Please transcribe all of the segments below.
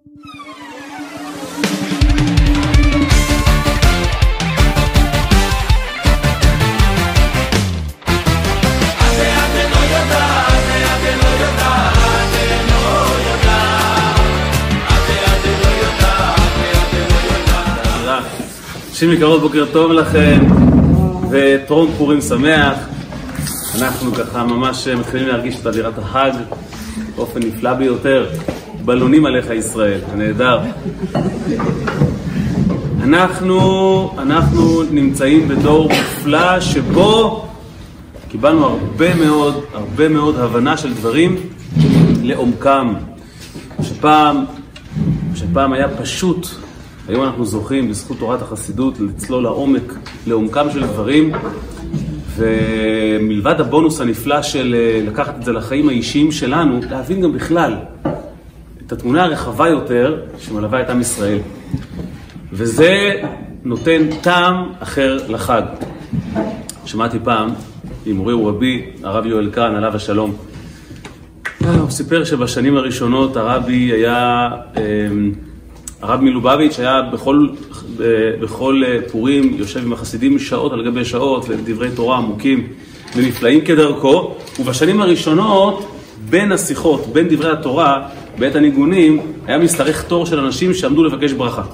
אנשים יקרות, בוקר טוב לכם וטרום פורים שמח. אנחנו ככה ממש מתחילים להרגיש את אווירת החג באופן נפלא ביותר. בלונים עליך ישראל, נהדר. אנחנו נמצאים בדור מופלא שבו קיבלנו הרבה מאוד הבנה של דברים לעומקם. שפעם היה פשוט, היום אנחנו זוכים בזכות תורת החסידות לצלול לעומקם של דברים, ומלבד הבונוס הנפלא של לקחת את זה לחיים האישיים שלנו, להבין גם בכלל את התמונה הרחבה יותר שמלווה את עם ישראל. וזה נותן טעם אחר לחג. שמעתי פעם עם מורי ורבי, הרב יואל קרן, עליו השלום. הוא סיפר שבשנים הראשונות הרבי היה... הרב מלובביץ' היה בכל פורים יושב עם החסידים שעות על גבי שעות ודברי תורה עמוקים ונפלאים כדרכו, ובשנים הראשונות בין השיחות, בין דברי התורה, בעת הניגונים, היה משתרך תור של אנשים שעמדו לבקש ברכה.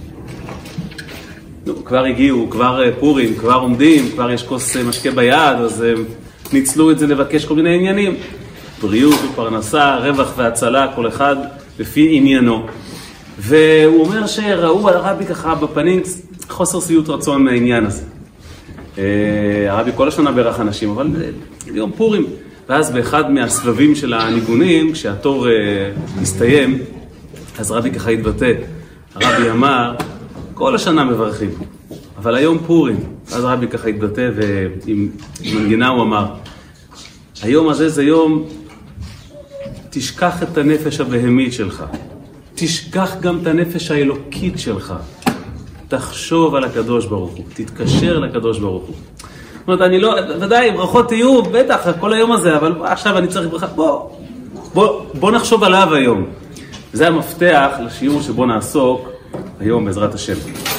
כבר הגיעו, כבר פורים, כבר עומדים, כבר יש כוס משקה ביד, אז ניצלו את זה לבקש כל מיני עניינים. בריאות ופרנסה, רווח והצלה, כל אחד לפי עניינו. והוא אומר שראו על הרבי ככה בפנים חוסר שביעות רצון מהעניין הזה. הרבי כל השנה ברך אנשים, אבל יום פורים. ואז באחד מהסבבים של הניגונים, כשהתור הסתיים, אז הרבי ככה התבטא. הרבי אמר, כל השנה מברכים, אבל היום פורים. אז הרבי ככה התבטא, ועם מנגינה הוא אמר, היום הזה זה יום, תשכח את הנפש הבהמית שלך. תשכח גם את הנפש האלוקית שלך. תחשוב על הקדוש ברוך הוא. תתקשר לקדוש ברוך הוא. זאת אומרת, אני לא... ודאי, ברכות יהיו, בטח, כל היום הזה, אבל עכשיו אני צריך ברכה. בוא נחשוב עליו היום. זה המפתח לשיעור שבו נעסוק היום בעזרת השם.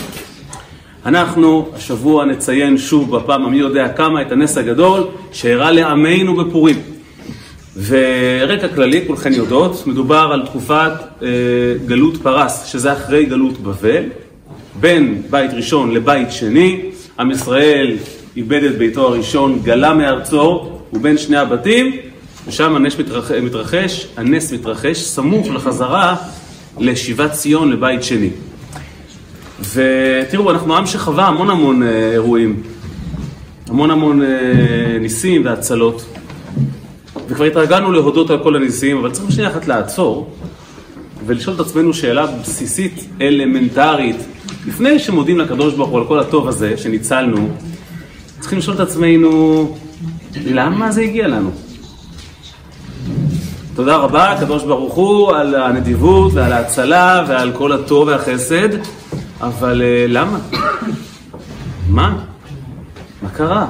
אנחנו השבוע נציין שוב בפעם המי יודע כמה את הנס הגדול שאירע לעמנו בפורים. ורקע כללי, כולכן יודעות, מדובר על תקופת גלות פרס, שזה אחרי גלות בבל, בין בית ראשון לבית שני. עם ישראל איבד את ביתו הראשון, גלה מארצו, ובין שני הבתים, ושם הנס מתרחש סמוך לחזרה לשיבת ציון לבית שני. ותראו, אנחנו עם שחווה המון אירועים, המון ניסים והצלות. וכבר התרגלנו להודות על כל הניסים, אבל צריכים שנייה אחת לעצור ולשאול את עצמנו שאלה בסיסית, אלמנטרית. לפני שמודים לקדוש ברוך הוא על כל הטוב הזה שניצלנו, צריכים לשאול את עצמנו, למה זה הגיע לנו? תודה רבה, קדוש ברוך הוא, על הנדיבות ועל ההצלה ועל כל הטוב והחסד, אבל למה? מה קרה?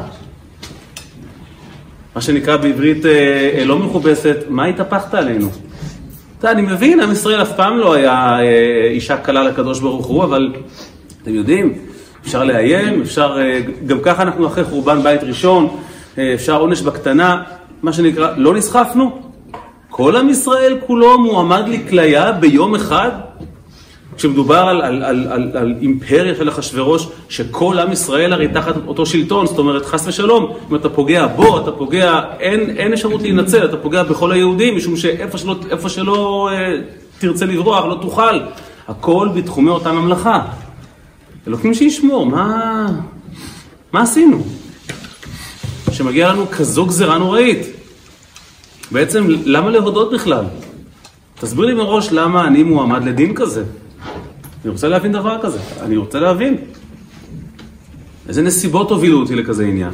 מה שנקרא בעברית לא מכובסת, מה התהפכת עלינו? אני מבין, עם ישראל אף פעם לא היה אישה קלה לקדוש ברוך הוא, אבל אתם יודעים, אפשר לאיים, אפשר, גם ככה אנחנו אחרי חורבן בית ראשון, אפשר עונש בקטנה, מה שנקרא, לא נסחפנו? כל עם ישראל כולו מועמד לכליה ביום אחד? כשמדובר על אימפריה של אחשוורוש, שכל עם ישראל הרי תחת אותו שלטון, זאת אומרת, חס ושלום, אם אתה פוגע בו, אתה פוגע, אין אפשרות להינצל, אתה פוגע בכל היהודים, משום שאיפה שלא תרצה לברוח, לא תוכל. הכל בתחומי אותה ממלכה. אלוקים שישמור, מה עשינו? שמגיע לנו כזו גזירה נוראית. בעצם, למה להודות בכלל? תסביר לי מראש למה אני מועמד לדין כזה. אני רוצה להבין דבר כזה, אני רוצה להבין. איזה נסיבות הובילו אותי לכזה עניין.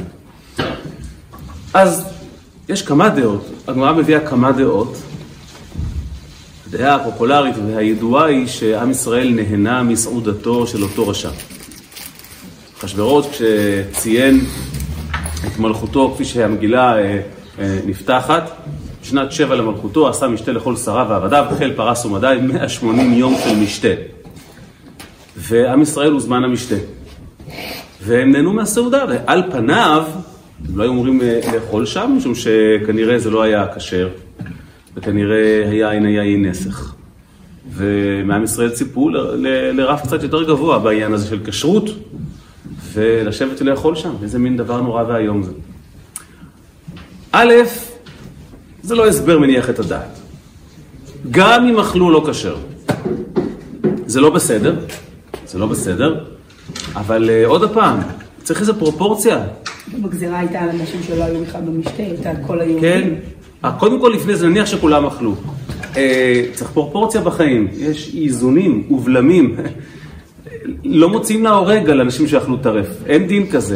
אז יש כמה דעות, הגמרא מביאה כמה דעות. הדעה הפופולרית והידועה היא שעם ישראל נהנה מסעודתו של אותו רשע. אחשוורוש כשציין את מלכותו כפי שהמגילה נפתחת, בשנת 7 למלכותו עשה משתה לכל שריו ועבדיו, חיל פרס ומדי, 180 יום של משתה. ועם ישראל הוא זמן המשתה. והם נהנו מהסעודה, ועל פניו, הם לא היו אמורים לאכול שם, משום שכנראה זה לא היה כשר, וכנראה היין היה אי נסך. ומעם ישראל ציפו לרף קצת יותר גבוה בעניין הזה של כשרות, ולשבת ולאכול שם. איזה מין דבר נורא והיום זה. א', זה לא הסבר מניח את הדעת. גם אם אכלו לא כשר. זה לא בסדר, זה לא בסדר, אבל עוד הפעם, צריך איזו פרופורציה. בגזירה הייתה על אנשים שלא היו בכלל במשתה, הייתה כל היהודים. כן, קודם כל לפני זה נניח שכולם אכלו. צריך פרופורציה בחיים, יש איזונים ובלמים. לא מוצאים להורג על אנשים שאכלו טרף, אין דין כזה.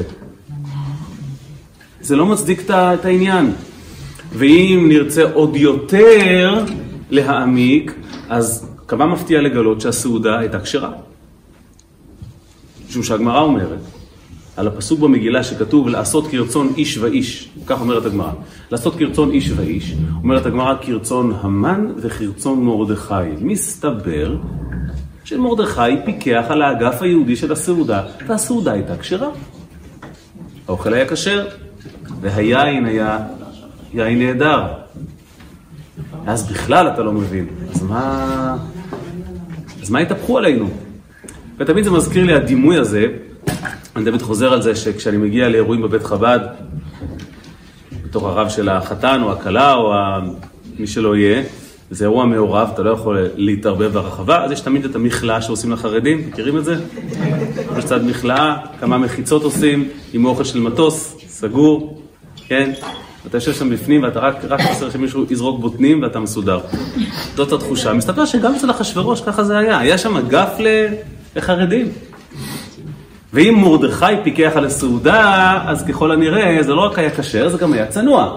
זה לא מצדיק את העניין. ואם נרצה עוד יותר להעמיק, אז כמה מפתיע לגלות שהסעודה הייתה כשרה. משום שהגמרא אומרת, על הפסוק במגילה שכתוב לעשות כרצון איש ואיש, כך אומרת הגמרא, לעשות כרצון איש ואיש, אומרת הגמרא כרצון המן וכרצון מרדכי. מסתבר שמרדכי פיקח על האגף היהודי של הסעודה, והסעודה הייתה כשרה. האוכל היה כשר, והיין היה יין נהדר. אז בכלל אתה לא מבין. אז מה התהפכו עלינו? ותמיד זה מזכיר לי הדימוי הזה, אני תמיד חוזר על זה שכשאני מגיע לאירועים בבית חב"ד, בתור הרב של החתן או הכלה או מי שלא יהיה, זה אירוע מעורב, אתה לא יכול להתערבב ברחבה, אז יש תמיד את המכלאה שעושים לחרדים, מכירים את זה? יש צד מכלאה, כמה מחיצות עושים, עם אוכל של מטוס, סגור, כן? אתה יושב שם בפנים ואתה רק חסר שמישהו יזרוק בוטנים ואתה מסודר. זאת התחושה. מסתבר שגם אצל אחשוורוש ככה זה היה. היה שם אגף לחרדים. ואם מרדכי פיקח על הסעודה, אז ככל הנראה זה לא רק היה כשר, זה גם היה צנוע.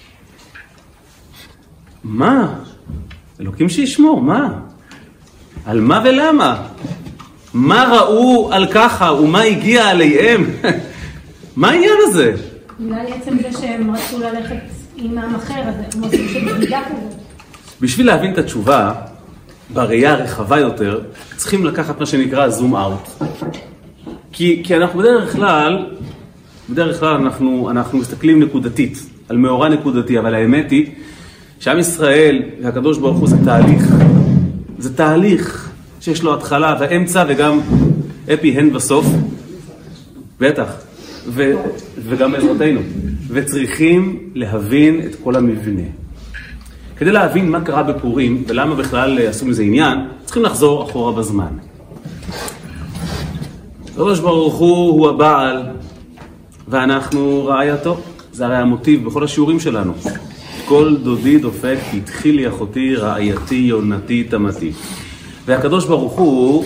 מה? אלוקים שישמור, מה? על מה ולמה? מה ראו על ככה ומה הגיע עליהם? מה העניין הזה? אולי עצם זה שהם רצו ללכת עם עם אחר, אז הם עושים של בגידה כזאת. בשביל להבין את התשובה, בראייה הרחבה יותר, צריכים לקחת מה שנקרא זום אאוט. כי אנחנו בדרך כלל אנחנו מסתכלים נקודתית, על מאורע נקודתי, אבל האמת היא שעם ישראל והקדוש ברוך הוא זה תהליך. זה תהליך שיש לו התחלה ואמצע וגם אפי הן בסוף. בטח. וגם בעזרתנו. וצריכים להבין את כל המבנה. כדי להבין מה קרה בפורים ולמה בכלל עשו מזה עניין, צריכים לחזור אחורה בזמן. הקדוש ברוך הוא הבעל ואנחנו רעייתו. זה הרי המוטיב בכל השיעורים שלנו. כל דודי דופק, התחיל לי אחותי, רעייתי, יונתי, תמתי. והקדוש ברוך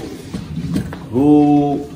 הוא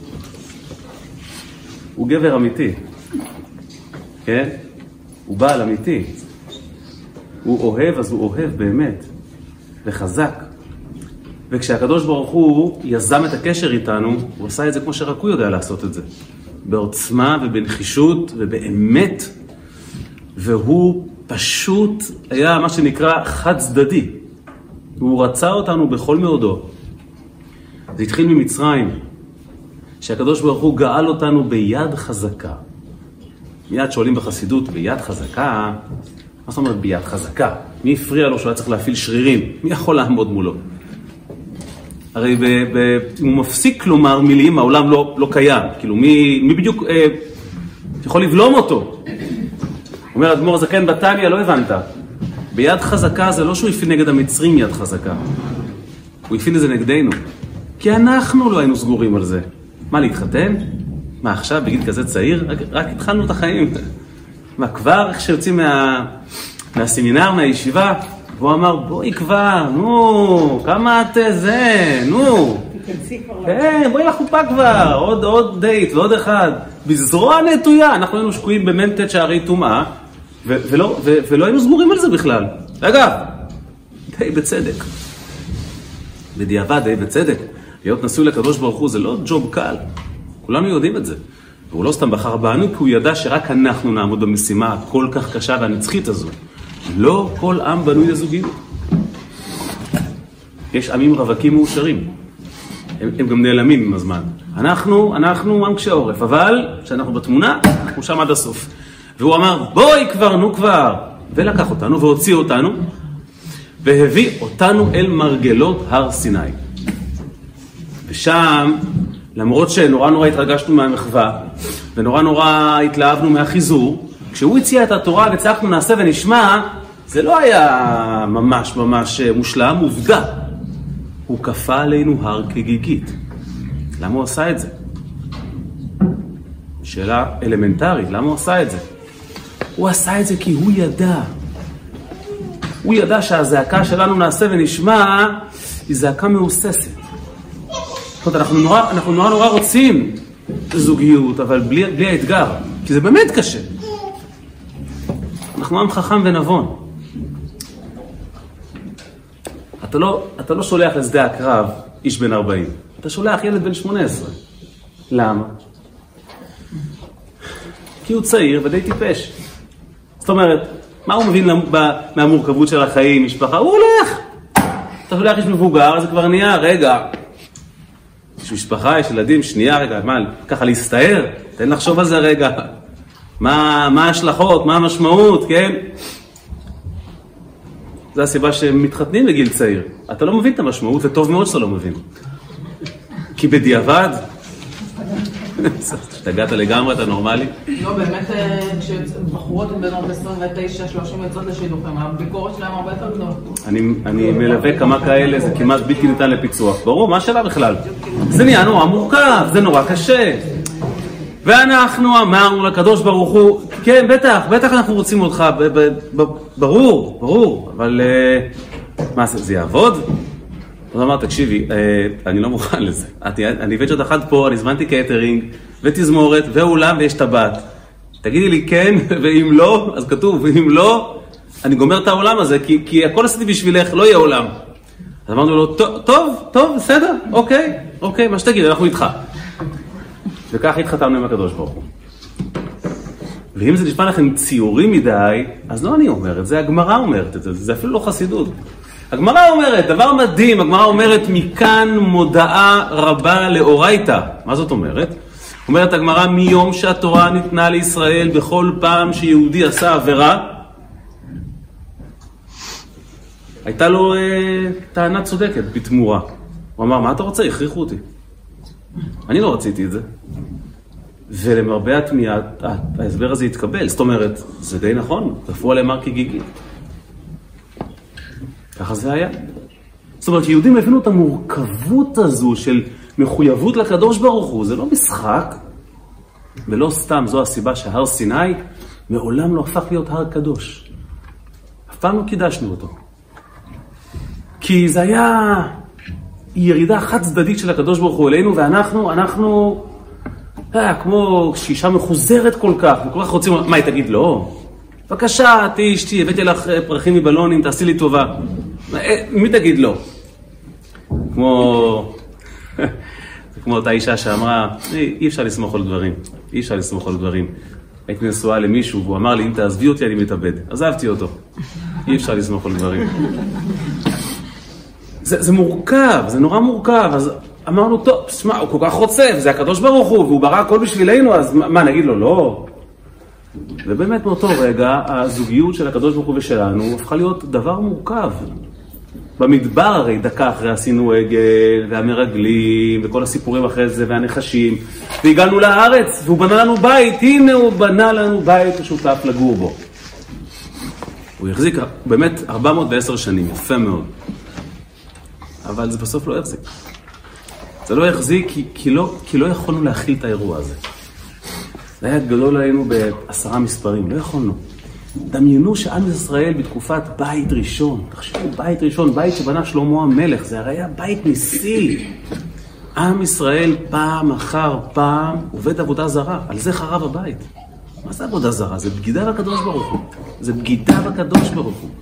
גבר אמיתי. כן? הוא בעל אמיתי. הוא אוהב, אז הוא אוהב באמת. וחזק. וכשהקדוש ברוך הוא יזם את הקשר איתנו, הוא עשה את זה כמו שרק הוא יודע לעשות את זה. בעוצמה ובנחישות ובאמת. והוא פשוט היה מה שנקרא חד צדדי. הוא רצה אותנו בכל מאודו. זה התחיל ממצרים, שהקדוש ברוך הוא גאל אותנו ביד חזקה. מיד שואלים בחסידות, ביד חזקה, מה זאת אומרת ביד חזקה? מי הפריע לו שהוא היה צריך להפעיל שרירים? מי יכול לעמוד מולו? הרי אם הוא מפסיק לומר מילים, העולם לא קיים. כאילו, מי בדיוק יכול לבלום אותו? אומר אדמו"ר זקן בתניא, לא הבנת. ביד חזקה זה לא שהוא הפעיל נגד המצרים יד חזקה. הוא הפעיל את זה נגדנו. כי אנחנו לא היינו סגורים על זה. מה, להתחתן? מה, עכשיו בגיל כזה צעיר? רק התחלנו את החיים. מה, כבר איך שיוצאים מהסמינר, מהישיבה? והוא אמר, בואי כבר, נו, כמה את זה, נו. כן, בואי לחופה כבר, עוד דייט ועוד אחד. בזרוע נטויה, אנחנו היינו שקועים במנטת שערי טומאה, ולא היינו סגורים על זה בכלל. אגב, די בצדק. בדיעבד די בצדק. להיות נשוי לקדוש ברוך הוא זה לא ג'וב קל. כולנו יודעים את זה. והוא לא סתם בחר בנו, כי הוא ידע שרק אנחנו נעמוד במשימה הכל כך קשה והנצחית הזו. לא כל עם בנוי לזוגיות. יש עמים רווקים מאושרים. הם גם נעלמים עם הזמן. אנחנו עם קשה עורף, אבל כשאנחנו בתמונה, אנחנו שם עד הסוף. והוא אמר, בואי כבר, נו כבר. ולקח אותנו והוציא אותנו, והביא אותנו אל מרגלות הר סיני. ושם, למרות שנורא התרגשנו מהמחווה, ונורא התלהבנו מהחיזור, כשהוא הציע את התורה וצעקנו נעשה ונשמע, זה לא היה ממש מושלם, עובדה. הוא כפה עלינו הר כגיגית. למה הוא עשה את זה? שאלה אלמנטרית, למה הוא עשה את זה? הוא עשה את זה כי הוא ידע. הוא ידע שהזעקה שלנו נעשה ונשמע היא זעקה מאוססת. זאת אומרת, אנחנו נורא רוצים זוגיות, אבל בלי האתגר, כי זה באמת קשה. אנחנו עם חכם ונבון. אתה לא שולח לשדה הקרב איש בן 40. אתה שולח ילד בן 18. למה? כי הוא צעיר ודי טיפש. זאת אומרת, מה הוא מבין מהמורכבות של החיים, משפחה? הוא הולך. אתה שולח איש מבוגר, זה כבר נהיה, רגע. יש משפחה, יש ילדים, שנייה, רגע, מה, ככה להסתער? תן לחשוב על זה רגע. מה ההשלכות, מה המשמעות, כן? זו הסיבה שהם מתחתנים בגיל צעיר. אתה לא מבין את המשמעות, וטוב מאוד שאתה לא מבין. כי בדיעבד, שתגעת לגמרי, אתה נורמלי? לא, באמת, כשבחורות עם בנות 29-30 יוצאות לשידוכים, הביקורת שלהם הרבה יותר גדולה. אני מלווה כמה כאלה, זה כמעט בלתי ניתן לפיצוח. ברור, מה השאלה בכלל? זה נהיה נורא מורכב, זה נורא קשה. ואנחנו אמרנו לקדוש ברוך הוא, כן, בטח אנחנו רוצים אותך, ברור, אבל מה, זה יעבוד? אז אמר, תקשיבי, אני לא מוכן לזה. אני הבאת שעוד אחד פה, אני הזמנתי קייטרינג, ותזמורת, ואולם, ויש טבעת. תגידי לי כן, ואם לא, אז כתוב, ואם לא, אני גומר את העולם הזה, כי הכל עשיתי בשבילך, לא יהיה עולם. אז אמרנו לו, טוב, בסדר, אוקיי, מה שתגיד, אנחנו איתך. וכך התחתמנו עם הקדוש ברוך הוא. ואם זה נשמע לכם ציורי מדי, אז לא אני אומרת, זה הגמרא אומרת את זה, זה אפילו לא חסידות. הגמרא אומרת, דבר מדהים, הגמרא אומרת, מכאן מודעה רבה לאורייתא. מה זאת אומרת? אומרת הגמרא, מיום שהתורה ניתנה לישראל, בכל פעם שיהודי עשה עבירה, הייתה לו טענה צודקת בתמורה. הוא אמר, מה אתה רוצה? הכריחו אותי. אני לא רציתי את זה. ולמרבה התמיהה, ההסבר הזה התקבל. זאת אומרת, זה די נכון, תפרו עליהם הר כגיגית. ככה זה היה. זאת אומרת, יהודים הבינו את המורכבות הזו של מחויבות לקדוש ברוך הוא. זה לא משחק, ולא סתם, זו הסיבה שהר סיני מעולם לא הפך להיות הר קדוש. אף פעם לא קידשנו אותו. כי זה היה ירידה חד צדדית של הקדוש ברוך הוא אלינו, ואנחנו כמו שאישה מחוזרת כל כך, וכל כך רוצים, מה היא תגיד? לא. בבקשה, אשתי, הבאתי לך פרחים מבלונים, תעשי לי טובה. מי תגיד לא? כמו אותה אישה שאמרה, אי אפשר לסמוך על דברים. הייתי נשואה למישהו, והוא אמר לי, אם תעזבי אותי, אני מתאבד. עזבתי אותו. אי אפשר לסמוך על דברים. זה מורכב, זה נורא מורכב. אז אמרנו, טוב, שמה, הוא כל כך רוצה, וזה הקדוש ברוך הוא, והוא ברא הכל בשבילנו, אז מה, נגיד לו, לא. ובאמת מאותו רגע, הזוגיות של הקדוש ברוך הוא ושלנו הפכה להיות דבר מורכב. במדבר הרי דקה אחרי עשינו עגל, והמרגלים, וכל הסיפורים אחרי זה, והנחשים, והגענו לארץ, והוא בנה לנו בית, הנה הוא בנה לנו בית משותף לגור בו. הוא החזיק באמת 410 שנים, יפה מאוד. אבל זה בסוף לא החזיק. זה לא החזיק כי לא יכולנו להכיל את האירוע הזה. זה היה גדול עלינו ב10 מספרים, לא יכולנו. דמיינו שעם ישראל בתקופת בית ראשון, תחשבו בית ראשון, בית שבנה שלמה המלך, זה הרי היה בית ניסי. עם ישראל פעם אחר פעם עובד עבודה זרה, על זה חרב הבית. מה זה עבודה זרה? זה בגידה בקדוש ברוך הוא. זה בגידה בקדוש ברוך הוא.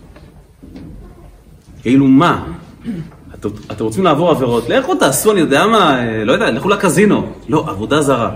כאילו מה? אתם רוצים לעבור עבירות, לכו תעשו, אני יודע מה, לא יודע, לכו לקזינו. לא, עבודה זרה.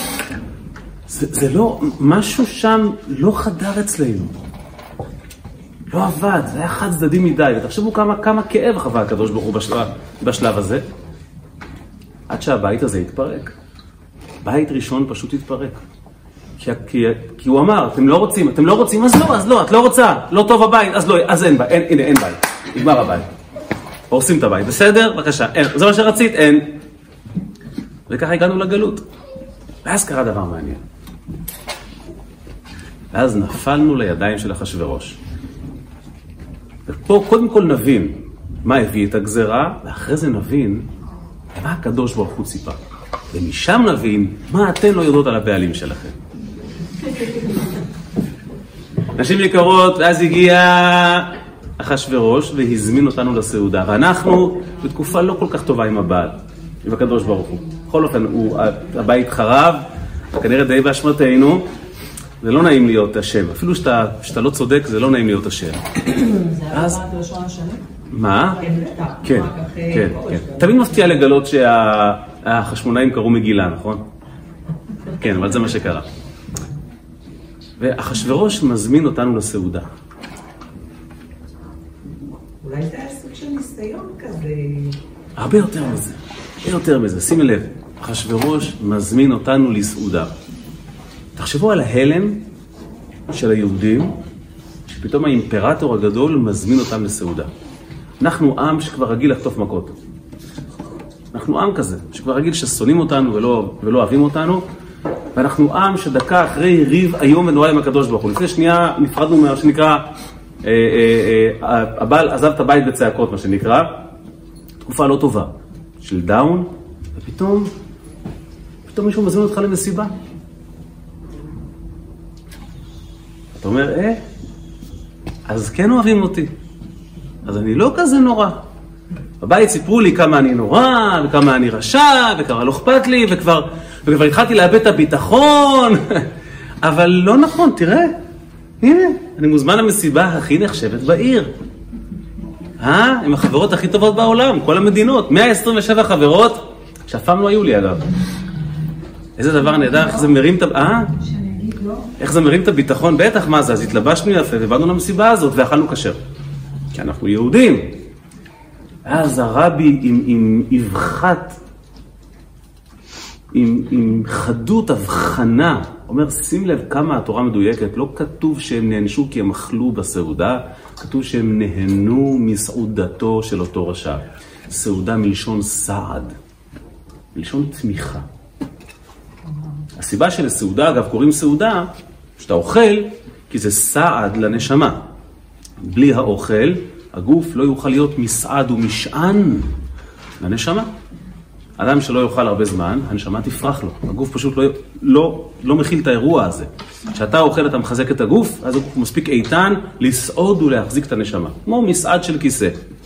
זה לא, משהו שם לא חדר אצלנו. לא עבד, זה היה חד צדדי מדי, ותחשבו כמה כאב חווה הקדוש ברוך הוא בשלב הזה, עד שהבית הזה התפרק. בית ראשון פשוט התפרק. כי הוא אמר, אתם לא רוצים, אז לא, את לא רוצה, לא טוב הבית, אז אין בית, הנה, אין בית, נגמר הבית. הורסים את הבית, בסדר? בבקשה, אין, זה מה שרצית, אין. וככה הגענו לגלות. ואז קרה דבר מעניין. ואז נפלנו לידיים של אחשוורוש. ופה קודם כל נבין מה הביא את הגזרה, ואחרי זה נבין מה הקדוש ברוך הוא ציפה. ומשם נבין מה אתן לא יודעות על הבעלים שלכם. נשים יקרות, ואז הגיע אחשוורוש והזמין אותנו לסעודה. ואנחנו בתקופה לא כל כך טובה עם הבעל, עם הקדוש ברוך הוא. בכל אופן, הבית חרב, כנראה די באשמתנו, זה לא נעים להיות השם. אפילו שאתה לא צודק, זה לא נעים להיות השם. זה היה רק לשון השני? מה? כן. תמיד מפתיע לגלות שהחשמונאים קראו מגילה, נכון? כן, אבל זה מה שקרה. ואחשוורוש מזמין אותנו לסעודה. אולי זה היה סוג של ניסיון כזה. הרבה יותר מזה, שימי לב. אחשוורוש מזמין אותנו לסעודה. תחשבו על ההלם של היהודים, שפתאום האימפרטור הגדול מזמין אותם לסעודה. אנחנו עם שכבר רגיל לחטוף מכות. אנחנו עם כזה, שכבר רגיל ששונאים אותנו ולא אוהבים אותנו, ואנחנו עם שדקה אחרי ריב היום ונורא עם הקדוש ברוך הוא. לפני שנייה נפרדנו מה שנקרא, הבעל עזב את הבית בצעקות, מה שנקרא, תקופה לא טובה, של דאון, ופתאום מישהו מזמין אותך למסיבה. אתה אומר, אז כן אוהבים אותי. אז אני לא כזה נורא. בבית סיפרו לי כמה אני נורא, וכמה אני רשע, וכמה לא אכפת לי, וכבר התחלתי לאבד את הביטחון. אבל לא נכון, תראה. הנה, אני מוזמן למסיבה הכי נחשבת בעיר. עם החברות הכי טובות בעולם, כל המדינות. 127 חברות, שאף פעם לא היו לי אגב. איזה דבר נהדר, איך זה מרים את... איך זה מרים את הביטחון? בטח, מה זה? אז התלבשנו יפה ובאנו למסיבה הזאת ואכלנו כשר. כי אנחנו יהודים. אז הרבי עם אבחת, עם חדות הבחנה, אומר, שים לב כמה התורה מדויקת, לא כתוב שהם נהנשו כי הם אכלו בסעודה, כתוב שהם נהנו מסעודתו של אותו רשע. סעודה מלשון סעד, מלשון תמיכה. הסיבה של הסעודה, אגב, קוראים סעודה, שאתה אוכל, כי זה סעד לנשמה. בלי האוכל, הגוף לא יוכל להיות מסעד ומשען לנשמה. אדם שלא יאכל הרבה זמן, הנשמה תפרח לו. הגוף פשוט לא מכיל את האירוע הזה. כשאתה אוכל, אתה מחזק את הגוף, אז הוא מספיק איתן לסעוד ולהחזיק את הנשמה. כמו מסעד של כיסא.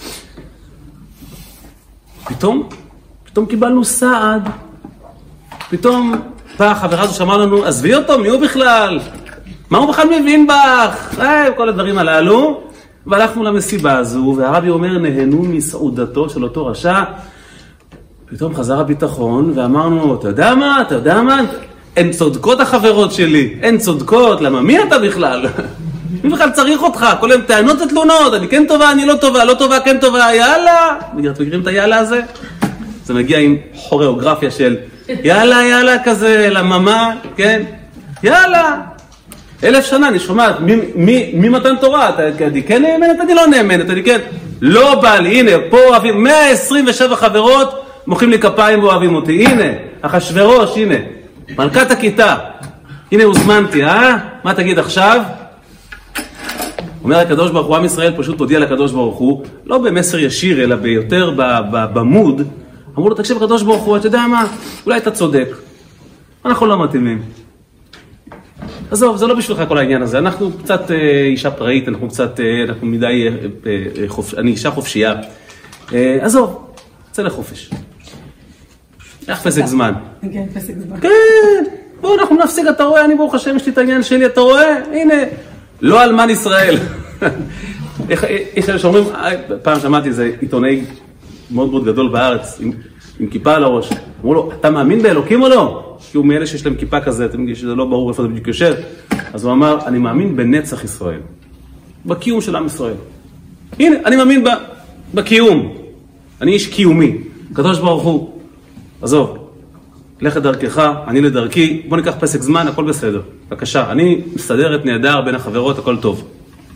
פתאום קיבלנו סעד. פתאום החברה הזו שמעה לנו, עזבי אותו, מי הוא בכלל? מה הוא בכלל מבין בך? כל הדברים הללו. והלכנו למסיבה הזו, והרבי אומר, נהנו מסעודתו של אותו רשע. פתאום חזר הביטחון, ואמרנו, אתה יודע מה? הן צודקות החברות שלי, הן צודקות, למה מי אתה בכלל? מי בכלל צריך אותך? כל הם טענות ותלונות, אני כן טובה, אני לא טובה, לא טובה, כן טובה, יאללה. אתם מכירים את היאללה הזה? זה מגיע עם כוריאוגרפיה של יאללה כזה, לממה, כן? יאללה. 1000 שנה, אני שומעת, מי מתן תורה? אני כן נאמנת, אני לא נאמנת, אני כן. לא בא לי, הנה, פה אוהבים, 127 חברות, מוחאים לי כפיים ואוהבים אותי. הנה, אחשוורוש, הנה, מלכת הכיתה. הנה, הוזמנתי, מה תגיד עכשיו? אומר הקדוש ברוך הוא, עם ישראל פשוט הודיע לקדוש ברוך הוא, לא במסר ישיר, אלא ביותר במוד, אמרו לו, תקשיב הקדוש ברוך הוא, אתה יודע מה? אולי אתה צודק. אנחנו לא מתאימים. עזוב, זה לא בשבילך כל העניין הזה. אנחנו קצת אישה פראית, אנחנו מדי, אני אישה חופשייה. עזוב, צא לחופש. איך פסק זמן? כן, פסק זמן. כן, בואו אנחנו נפסיק, אתה רואה, אני ברוך השם, יש לי את העניין שלי, אתה רואה? הנה, לא אלמן ישראל. יש אלה שאומרים, פעם שמעתי איזה עיתונאי מאוד מאוד גדול בארץ, עם כיפה על הראש. אמרו לו, אתה מאמין באלוקים או לא? כי הוא מאלה שיש להם כיפה כזה, אתם יודעים שזה לא ברור איפה זה בדיוק יושב. אז הוא אמר, אני מאמין בנצח ישראל. בקיום של עם ישראל. הנה, אני מאמין בקיום. אני איש קיומי. הקדוש ברוך הוא, עזוב, לך לדרכך, אני לדרכי, בוא ניקח פסק זמן, הכל בסדר. בבקשה, אני מסתדרת נהדר בין החברות, הכל טוב.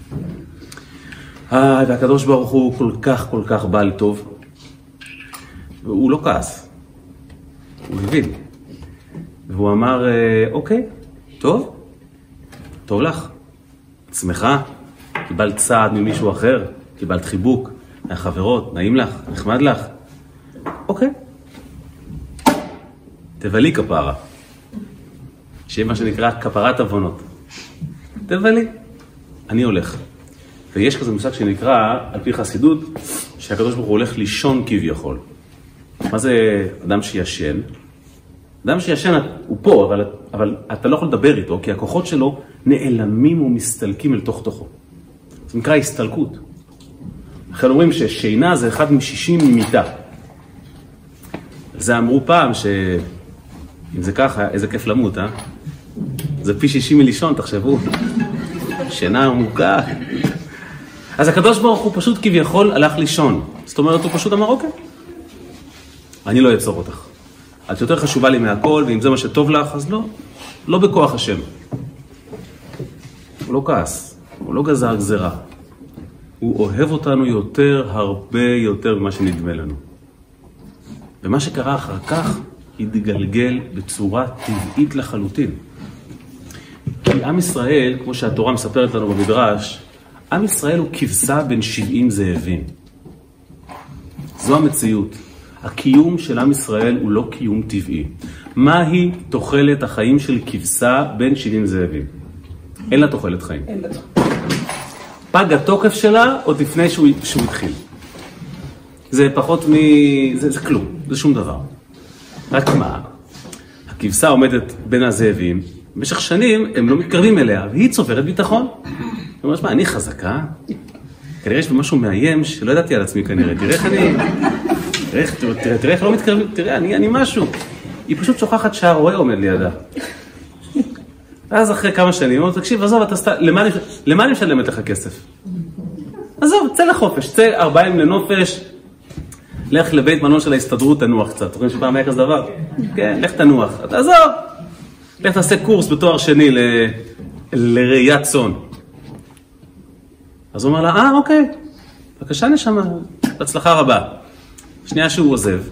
והקדוש ברוך הוא כל כך בעל טוב. והוא לא כעס. הוא הבין. והוא אמר, אוקיי, טוב לך. שמחה, קיבלת צעד ממישהו אחר, קיבלת חיבוק מהחברות, נעים לך, נחמד לך. אוקיי. תבלי כפרה. שיהיה מה שנקרא כפרת עוונות. תבלי. אני הולך. ויש כזה מושג שנקרא, על פי חסידות, שהקדוש ברוך הוא הולך לישון כביכול. מה זה אדם שישן? אדם שישן הוא פה, אבל אתה לא יכול לדבר איתו, כי הכוחות שלו נעלמים ומסתלקים אל תוכו. זה נקרא הסתלקות. לכן אומרים ששינה זה 1 מ-60 ממיטה. זה אמרו פעם שאם זה ככה, איזה כיף למות, אה? זה פי 60 מלישון, תחשבו. שינה עמוקה. אז הקדוש ברוך הוא פשוט כביכול הלך לישון. זאת אומרת, הוא פשוט אמר, אוקיי, אני לא אעצור אותך. את יותר חשובה לי מהכל, ואם זה מה שטוב לך, אז לא בכוח השם. הוא לא כעס, הוא לא גזר גזרה. הוא אוהב אותנו הרבה יותר ממה שנדמה לנו. ומה שקרה אחר כך, התגלגל בצורה טבעית לחלוטין. כי עם ישראל, כמו שהתורה מספרת לנו במדרש, עם ישראל הוא כבשה בין 70 זאבים. זו המציאות. הקיום של עם ישראל הוא לא קיום טבעי. מהי תוחלת החיים של כבשה בין 70 זאבים? אין לה תוחלת חיים. אין לה תוחלת. פג התוקף שלה עוד לפני שהוא התחיל. זה פחות זה כלום, זה שום דבר. רק מה? הכבשה עומדת בין הזאבים, במשך שנים הם לא מתקרבים אליה, והיא צוברת ביטחון. היא אומרת, אני חזקה? כנראה יש במשהו מאיים שלא ידעתי על עצמי כנראה. תראה איך אני... תראה איך לא מתקרבים, תראה, אני משהו. היא פשוט שוכחת שהרועה עומד לידה. ואז אחרי כמה שנים, היא אומרת, תקשיב, עזוב, למה אני משלמת לך כסף? עזוב, צא לחופש, צא 4 ימים לנופש, לך לבית מלון של ההסתדרות, תנוח קצת. רואים שפעם היה כזה דבר? כן, לך תנוח. עזוב, לך תעשה קורס בתואר שני לראיית צאן. אז הוא אומר לה, אוקיי, בבקשה נשמה, בהצלחה רבה. שנייה שהוא עוזב.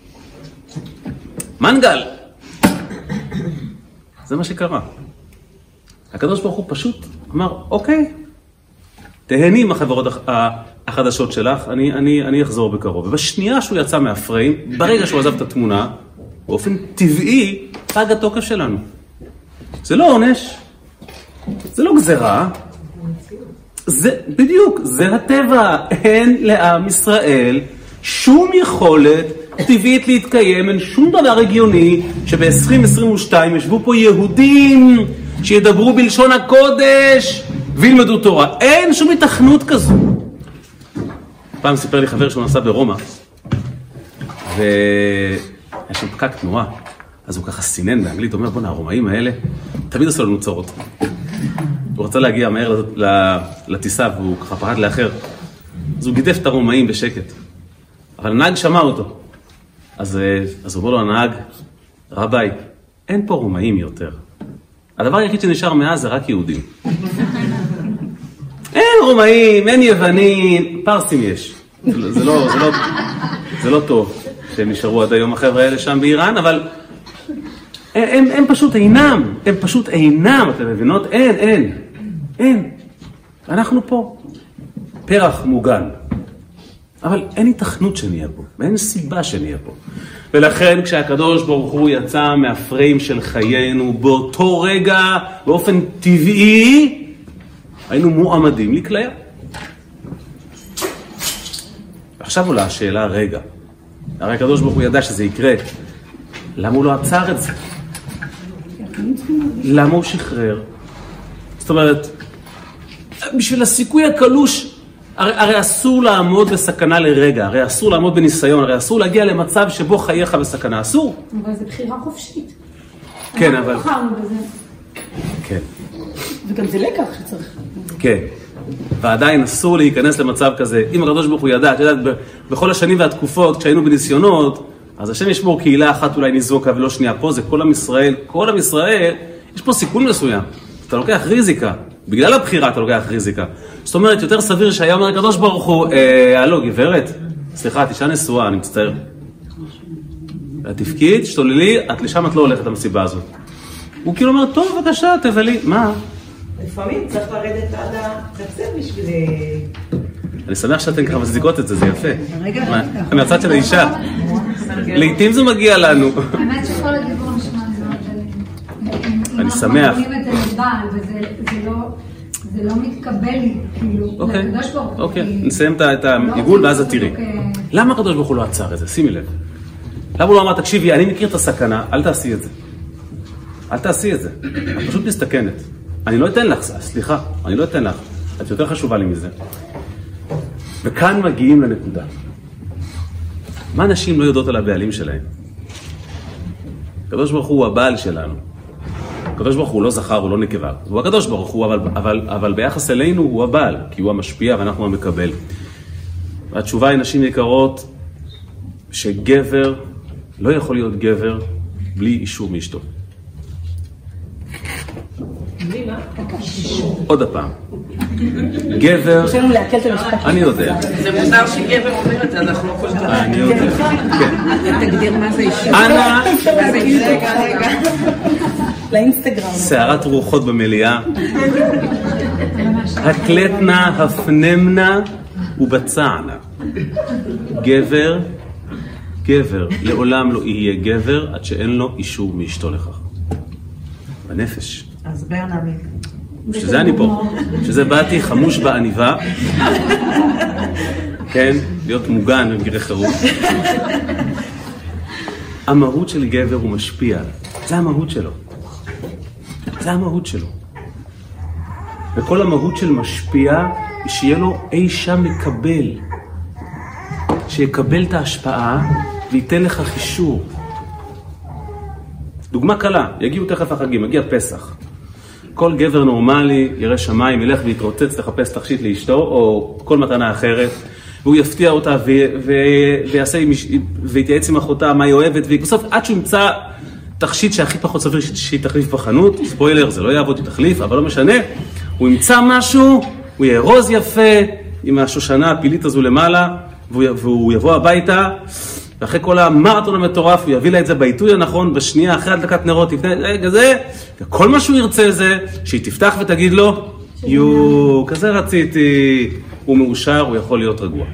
מנגל! זה מה שקרה. הקדוש ברוך הוא פשוט אמר, אוקיי, תהני עם החברות החדשות שלך, אני אחזור בקרוב. ובשנייה שהוא יצא מהפריים, ברגע שהוא עזב את התמונה, באופן טבעי, פג התוקף שלנו. זה לא עונש, זה לא גזרה, זה בדיוק, זה הטבע. אין לעם ישראל שום יכולת טבעית להתקיים, אין שום דבר הגיוני שב-2022 ישבו פה יהודים שידברו בלשון הקודש וילמדו תורה. אין שום התכנות כזו. פעם סיפר לי חבר שהוא נסע ברומא, והיה שם פקק תנועה, אז הוא ככה סינן באנגלית, אומר, בוא, הרומאים האלה תמיד עשו לנו צרות. הוא רצה להגיע מהר לטיסה, והוא ככה פחד לאחר. אז הוא גידף את הרומאים בשקט. אבל הנהג שמע אותו. אז הוא אומר לו, הנהג, רבי, אין פה רומאים יותר. הדבר היחיד שנשאר מאז זה רק יהודים. אין רומאים, אין יוונים, פרסים יש. זה לא טוב שהם נשארו עד היום החבר'ה האלה שם באיראן, אבל הם פשוט אינם, אתם מבינות? אין. אנחנו פה. פרח מוגן. אבל אין התכנות שנהיה פה, ואין סיבה שנהיה פה. ולכן כשהקדוש ברוך הוא יצא מהפריים של חיינו, באותו רגע, באופן טבעי, היינו מועמדים לכליה. עכשיו עולה השאלה, רגע, הרי הקדוש ברוך הוא ידע שזה יקרה, למה הוא לא עצר את זה? למה הוא שחרר? זאת אומרת, בשביל הסיכוי הקלוש, הרי אסור לעמוד בסכנה לרגע, הרי אסור לעמוד בניסיון, הרי אסור להגיע למצב שבו חייך בסכנה, אסור. אבל זה בחירה חופשית. כן, אבל... אנחנו בחרנו בזה. כן. וגם זה לקח שצריך. כן, ועדיין אסור להיכנס למצב כזה. אם הקדוש ברוך הוא ידע, את יודעת, בכל השנים והתקופות, כשהיינו בניסיונות, אז השם ישמור קהילה אחת אולי נזרוקה ולא שנייה. פה זה כל עם ישראל, כל עם ישראל, יש פה סיכון מסוים. אתה לוקח ריזיקה, בגלל הבחירה אתה לוקח ריזיקה. זאת אומרת, יותר סביר שהיה אומר הקדוש ברוך הוא, הלו, גברת, סליחה, את אישה נשואה, אני מצטער. התפקיד, שתוללי, לשם את לא הולכת המסיבה הזאת. הוא כאילו אומר, טוב, בבקשה, תבלי, מה? לפעמים צריך לרדת עד הקצה בשביל... אני שמח שאתן ככה מצדיקות את זה, זה יפה. מהצד של האישה. לעתים זה מגיע לנו. האמת שכל הדיבור נשמע מאוד. אני שמח. אנחנו אומרים את זה לבעל, וזה לא מתקבל לי, כאילו, לקדוש ברוך הוא. אוקיי, נסיים את העיגול ואז את תראי. למה הקדוש ברוך הוא לא עצר את זה? שימי לב. למה הוא לא אמר, תקשיבי, אני מכיר את הסכנה, אל תעשי את זה. אל תעשי את זה. את פשוט מסתכנת. אני לא אתן לך, סליחה, אני לא אתן לך. את יותר חשובה לי מזה. וכאן מגיעים לנקודה. מה נשים לא יודעות על הבעלים שלהם? הקדוש ברוך הוא הבעל שלנו. הקדוש ברוך הוא לא זכר, הוא לא נקבה. הוא הקדוש ברוך הוא, אבל ביחס אלינו הוא הבעל, כי הוא המשפיע ואנחנו המקבל. והתשובה היא, נשים יקרות, שגבר לא יכול להיות גבר בלי אישור מאשתו. בלי מה? עוד הפעם. גבר... יש לנו להקל את המשפט. אני יודע. זה מוזר שגבר אומר את זה, אנחנו לא חושבים. אני יודע. כן. תגדיר מה זה אישה. אנא, רגע. לאינסטגרם. סערת רוחות במליאה. הקלטנה, הפנמנה ובצענה. גבר לעולם לא יהיה גבר עד שאין לו אישור מאשתו לכך. בנפש. אז ברנמי. שזה אני פה. שזה באתי חמוש בעניבה. כן, להיות מוגן במקרה חירום. המהות של גבר הוא משפיע. זה המהות שלו. זה המהות שלו. וכל המהות של משפיע היא שיהיה לו אי שם מקבל. שיקבל את ההשפעה וייתן לך חישור. דוגמה קלה, יגיעו תכף החגים, יגיע פסח. כל גבר נורמלי ירא שמיים, ילך ויתרוצץ לחפש תכשיט לאשתו או כל מתנה אחרת, והוא יפתיע אותה ויתייעץ עם אחותה מה היא אוהבת, ובסוף עד שהוא ימצא תכשיט שהכי פחות סביר שהיא תחליף בחנות, ספוילר, זה לא יעבוד, היא תחליף, אבל לא משנה, הוא ימצא משהו, הוא יארוז יפה עם השושנה הפילית הזו למעלה, והוא יבוא הביתה, ואחרי כל המרתון המטורף, הוא יביא לה את זה בעיתוי הנכון, בשנייה, אחרי הדלקת נרות, לפני רגע זה, וכל מה שהוא ירצה זה, שהיא תפתח ותגיד לו, כזה רציתי, הוא מאושר, הוא יכול להיות רגוע.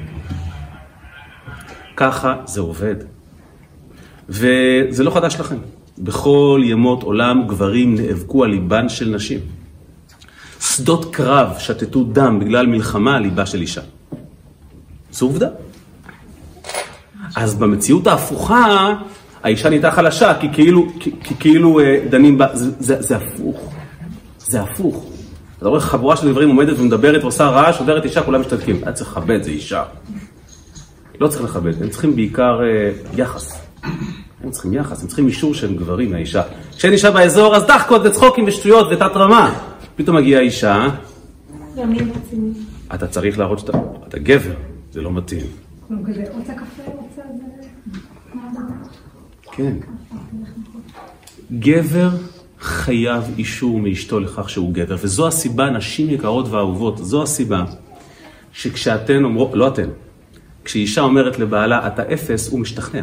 ככה זה עובד. וזה לא חדש לכם. בכל ימות עולם גברים נאבקו על ליבן של נשים. שדות קרב שתתו דם בגלל מלחמה על ליבה של אישה. זו עובדה. אז במציאות ההפוכה, האישה נהייתה חלשה, כי כאילו דנים בה, זה הפוך. זה הפוך. אתה רואה חבורה של גברים עומדת ומדברת ועושה רעש, עוברת אישה, כולם משתתקים. אתה צריך לכבד, זה אישה. לא צריך לכבד, הם צריכים בעיקר יחס. הם צריכים יחס, הם צריכים אישור שהם גברים מהאישה. כשאין אישה באזור, אז דחקות וצחוקים ושטויות ותת רמה. פתאום מגיעה אישה. אתה צריך להראות שאתה גבר, זה לא מתאים. כזה, רוצה קפה, רוצה זה... כן. גבר חייב אישור מאשתו לכך שהוא גבר, וזו הסיבה, נשים יקרות ואהובות, זו הסיבה שכשאתן אומרות, לא אתן, כשאישה אומרת לבעלה, אתה אפס, הוא משתכנע.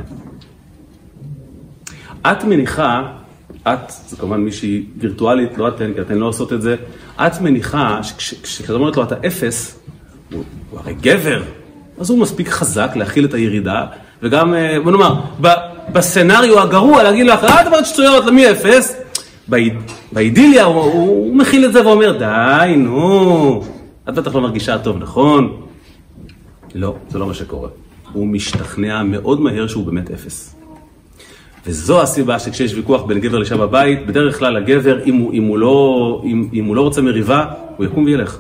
את מניחה, זה כמובן מישהי וירטואלית, לא אתן, כי אתן לא עושות את זה, את מניחה שכשאת אומרת לו, אתה אפס, הוא הרי גבר, אז הוא מספיק חזק להכיל את הירידה, וגם, בוא נאמר, בסצנריו הגרוע להגיד לך, דבר שטויות, למי אפס? באידיליה הוא מכיל את זה ואומר, די, נו, את בטח לא מרגישה טוב, נכון? לא, זה לא מה שקורה. הוא משתכנע מאוד מהר שהוא באמת אפס. וזו הסיבה שכשיש ויכוח בין גבר לאישה בבית, בדרך כלל הגבר, אם הוא לא רוצה מריבה, הוא יקום וילך.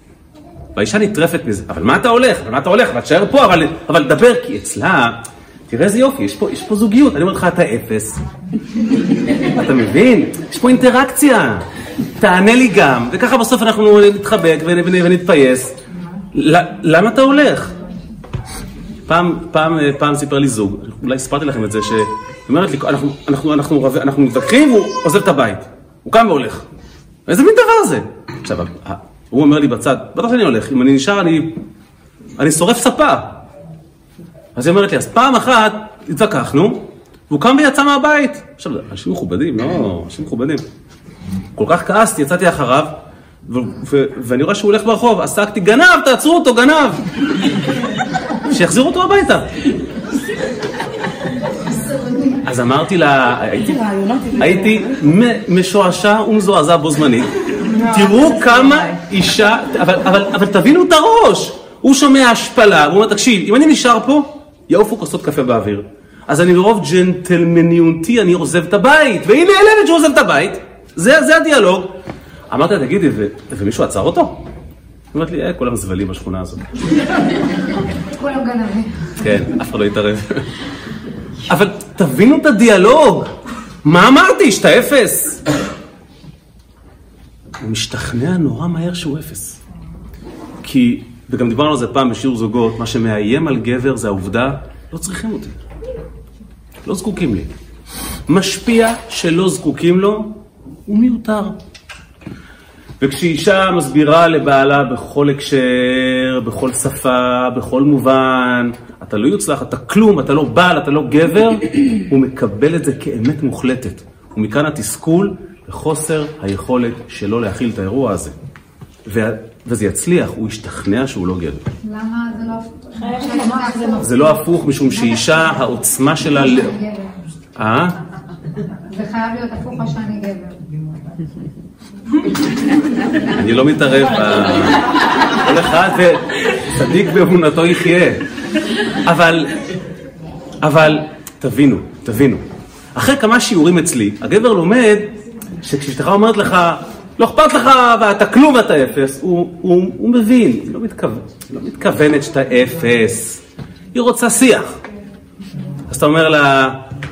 והאישה נטרפת מזה, אבל מה אתה הולך? אבל תשאר פה, אבל דבר, כי אצלה, תראה איזה יופי, יש פה זוגיות. אני אומר לך, אתה אפס. אתה מבין? יש פה אינטראקציה. תענה לי גם, וככה בסוף אנחנו נתחבק ונתפייס. למה אתה הולך? פעם סיפר לי זוג, אולי ספרתי לכם את זה, שהיא אומרת לי, אנחנו מתווכחים, הוא עוזב את הבית. הוא קם והולך. איזה מין דבר זה? עכשיו, הוא אומר לי בצד, בטח שאני הולך, אם אני נשאר, אני שורף ספה. אז היא אומרת לי, אז פעם אחת התווכחנו, והוא קם ויצא מהבית. עכשיו, אנשים מכובדים, לא, אנשים מכובדים. כל כך כעסתי, יצאתי אחריו, ואני רואה שהוא הולך ברחוב, עסקתי, גנב, תעצרו אותו, גנב! שיחזירו אותו הביתה. אז אמרתי לה, הייתי משועשע ומזועזע בו זמנית. תראו כמה אישה, אבל תבינו את הראש. הוא שומע השפלה, הוא אומר, תקשיב, אם אני נשאר פה, יעופו כוסות קפה באוויר. אז אני ברוב ג'נטלמניונטי, אני עוזב את הבית. והיא נעלמת שהוא עוזב את הבית. זה הדיאלוג. אמרתי, תגידי, ומישהו עצר אותו? אמרת לי, כולם זבלים בשכונה הזאת. כולם גנבים. כן, אף אחד לא יתערב. אבל תבינו את הדיאלוג. מה אמרתי? שאתה אפס. הוא משתכנע נורא מהר שהוא אפס. כי, וגם דיברנו על זה פעם בשיעור זוגות, מה שמאיים על גבר זה העובדה, לא צריכים אותי. לא זקוקים לי. משפיע שלא זקוקים לו, הוא מיותר. וכשאישה מסבירה לבעלה בכל הקשר, בכל שפה, בכל מובן, אתה לא יוצלח, אתה כלום, אתה לא בעל, אתה לא גבר, הוא מקבל את זה כאמת מוחלטת. ומכאן התסכול וחוסר היכולת שלו להכיל את האירוע הזה. וזה יצליח, הוא ישתכנע שהוא לא גבר. למה זה לא הפוך? זה לא הפוך, משום שאישה, העוצמה שלה... זה חייב להיות הפוך או שאני גבר. אני לא מתערב כל אחד צדיק באמונתו יחיה. אבל תבינו. אחרי כמה שיעורים אצלי, הגבר לומד שכשאשתך אומרת לך, לא אכפת לך ואתה כלום ואתה אפס, הוא מבין, היא לא מתכוונת שאתה אפס. היא רוצה שיח. אז אתה אומר לה,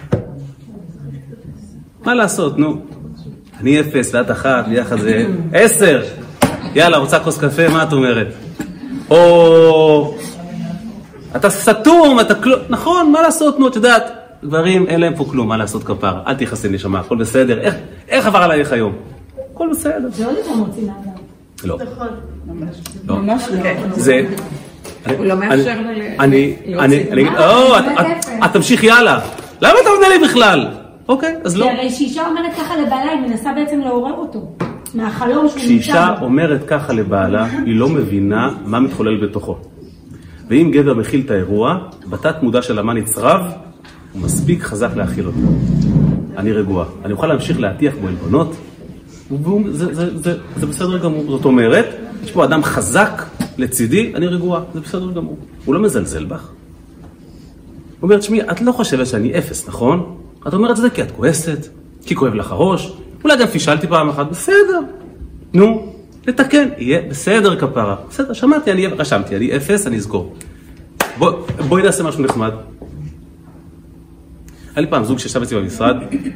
מה לעשות, נו? אני אפס, ואת אחת, ביחד זה 10. יאללה, רוצה כוס קפה, מה את אומרת? או... אתה סתום, אתה כלום... נכון, מה לעשות, נו, את יודעת, גברים, אין להם פה כלום, מה לעשות כפר? אל תיחסן נשמה, הכל בסדר. איך עבר עלייך היום? הכל בסדר. זה לא לפעמים רוצים לאדם. לא. לא. ממש לא. זה... הוא לא מאפשר אני אגיד, את תמשיך, יאללה. למה אתה עונה לי בכלל? אוקיי, אז לא. כי הרי שאישה אומרת ככה לבעלה, היא מנסה בעצם לעורר אותו. מהחלום שהוא נמצא. כשאישה אומרת ככה לבעלה, היא לא מבינה מה מתחולל בתוכו. ואם גבר מכיל את האירוע, בתת מודע של המה נצרב, הוא מספיק חזק להכיל אותו. אני רגוע. אני אוכל להמשיך להטיח בו עלבונות, זה בסדר גמור. זאת אומרת, יש פה אדם חזק לצידי, אני רגוע, זה בסדר גמור. הוא לא מזלזל בך. הוא אומר, תשמעי, את לא חושבת שאני אפס, נכון? את אומרת את זה כי את כועסת, כי כואב לך הראש, אולי גם פישלתי פעם אחת, בסדר. נו, לתקן, יהיה בסדר כפרה. בסדר, שמעתי, רשמתי, אני אפס, אני אזכור. בואי נעשה משהו נחמד. היה לי פעם זוג שישב אצלי במשרד,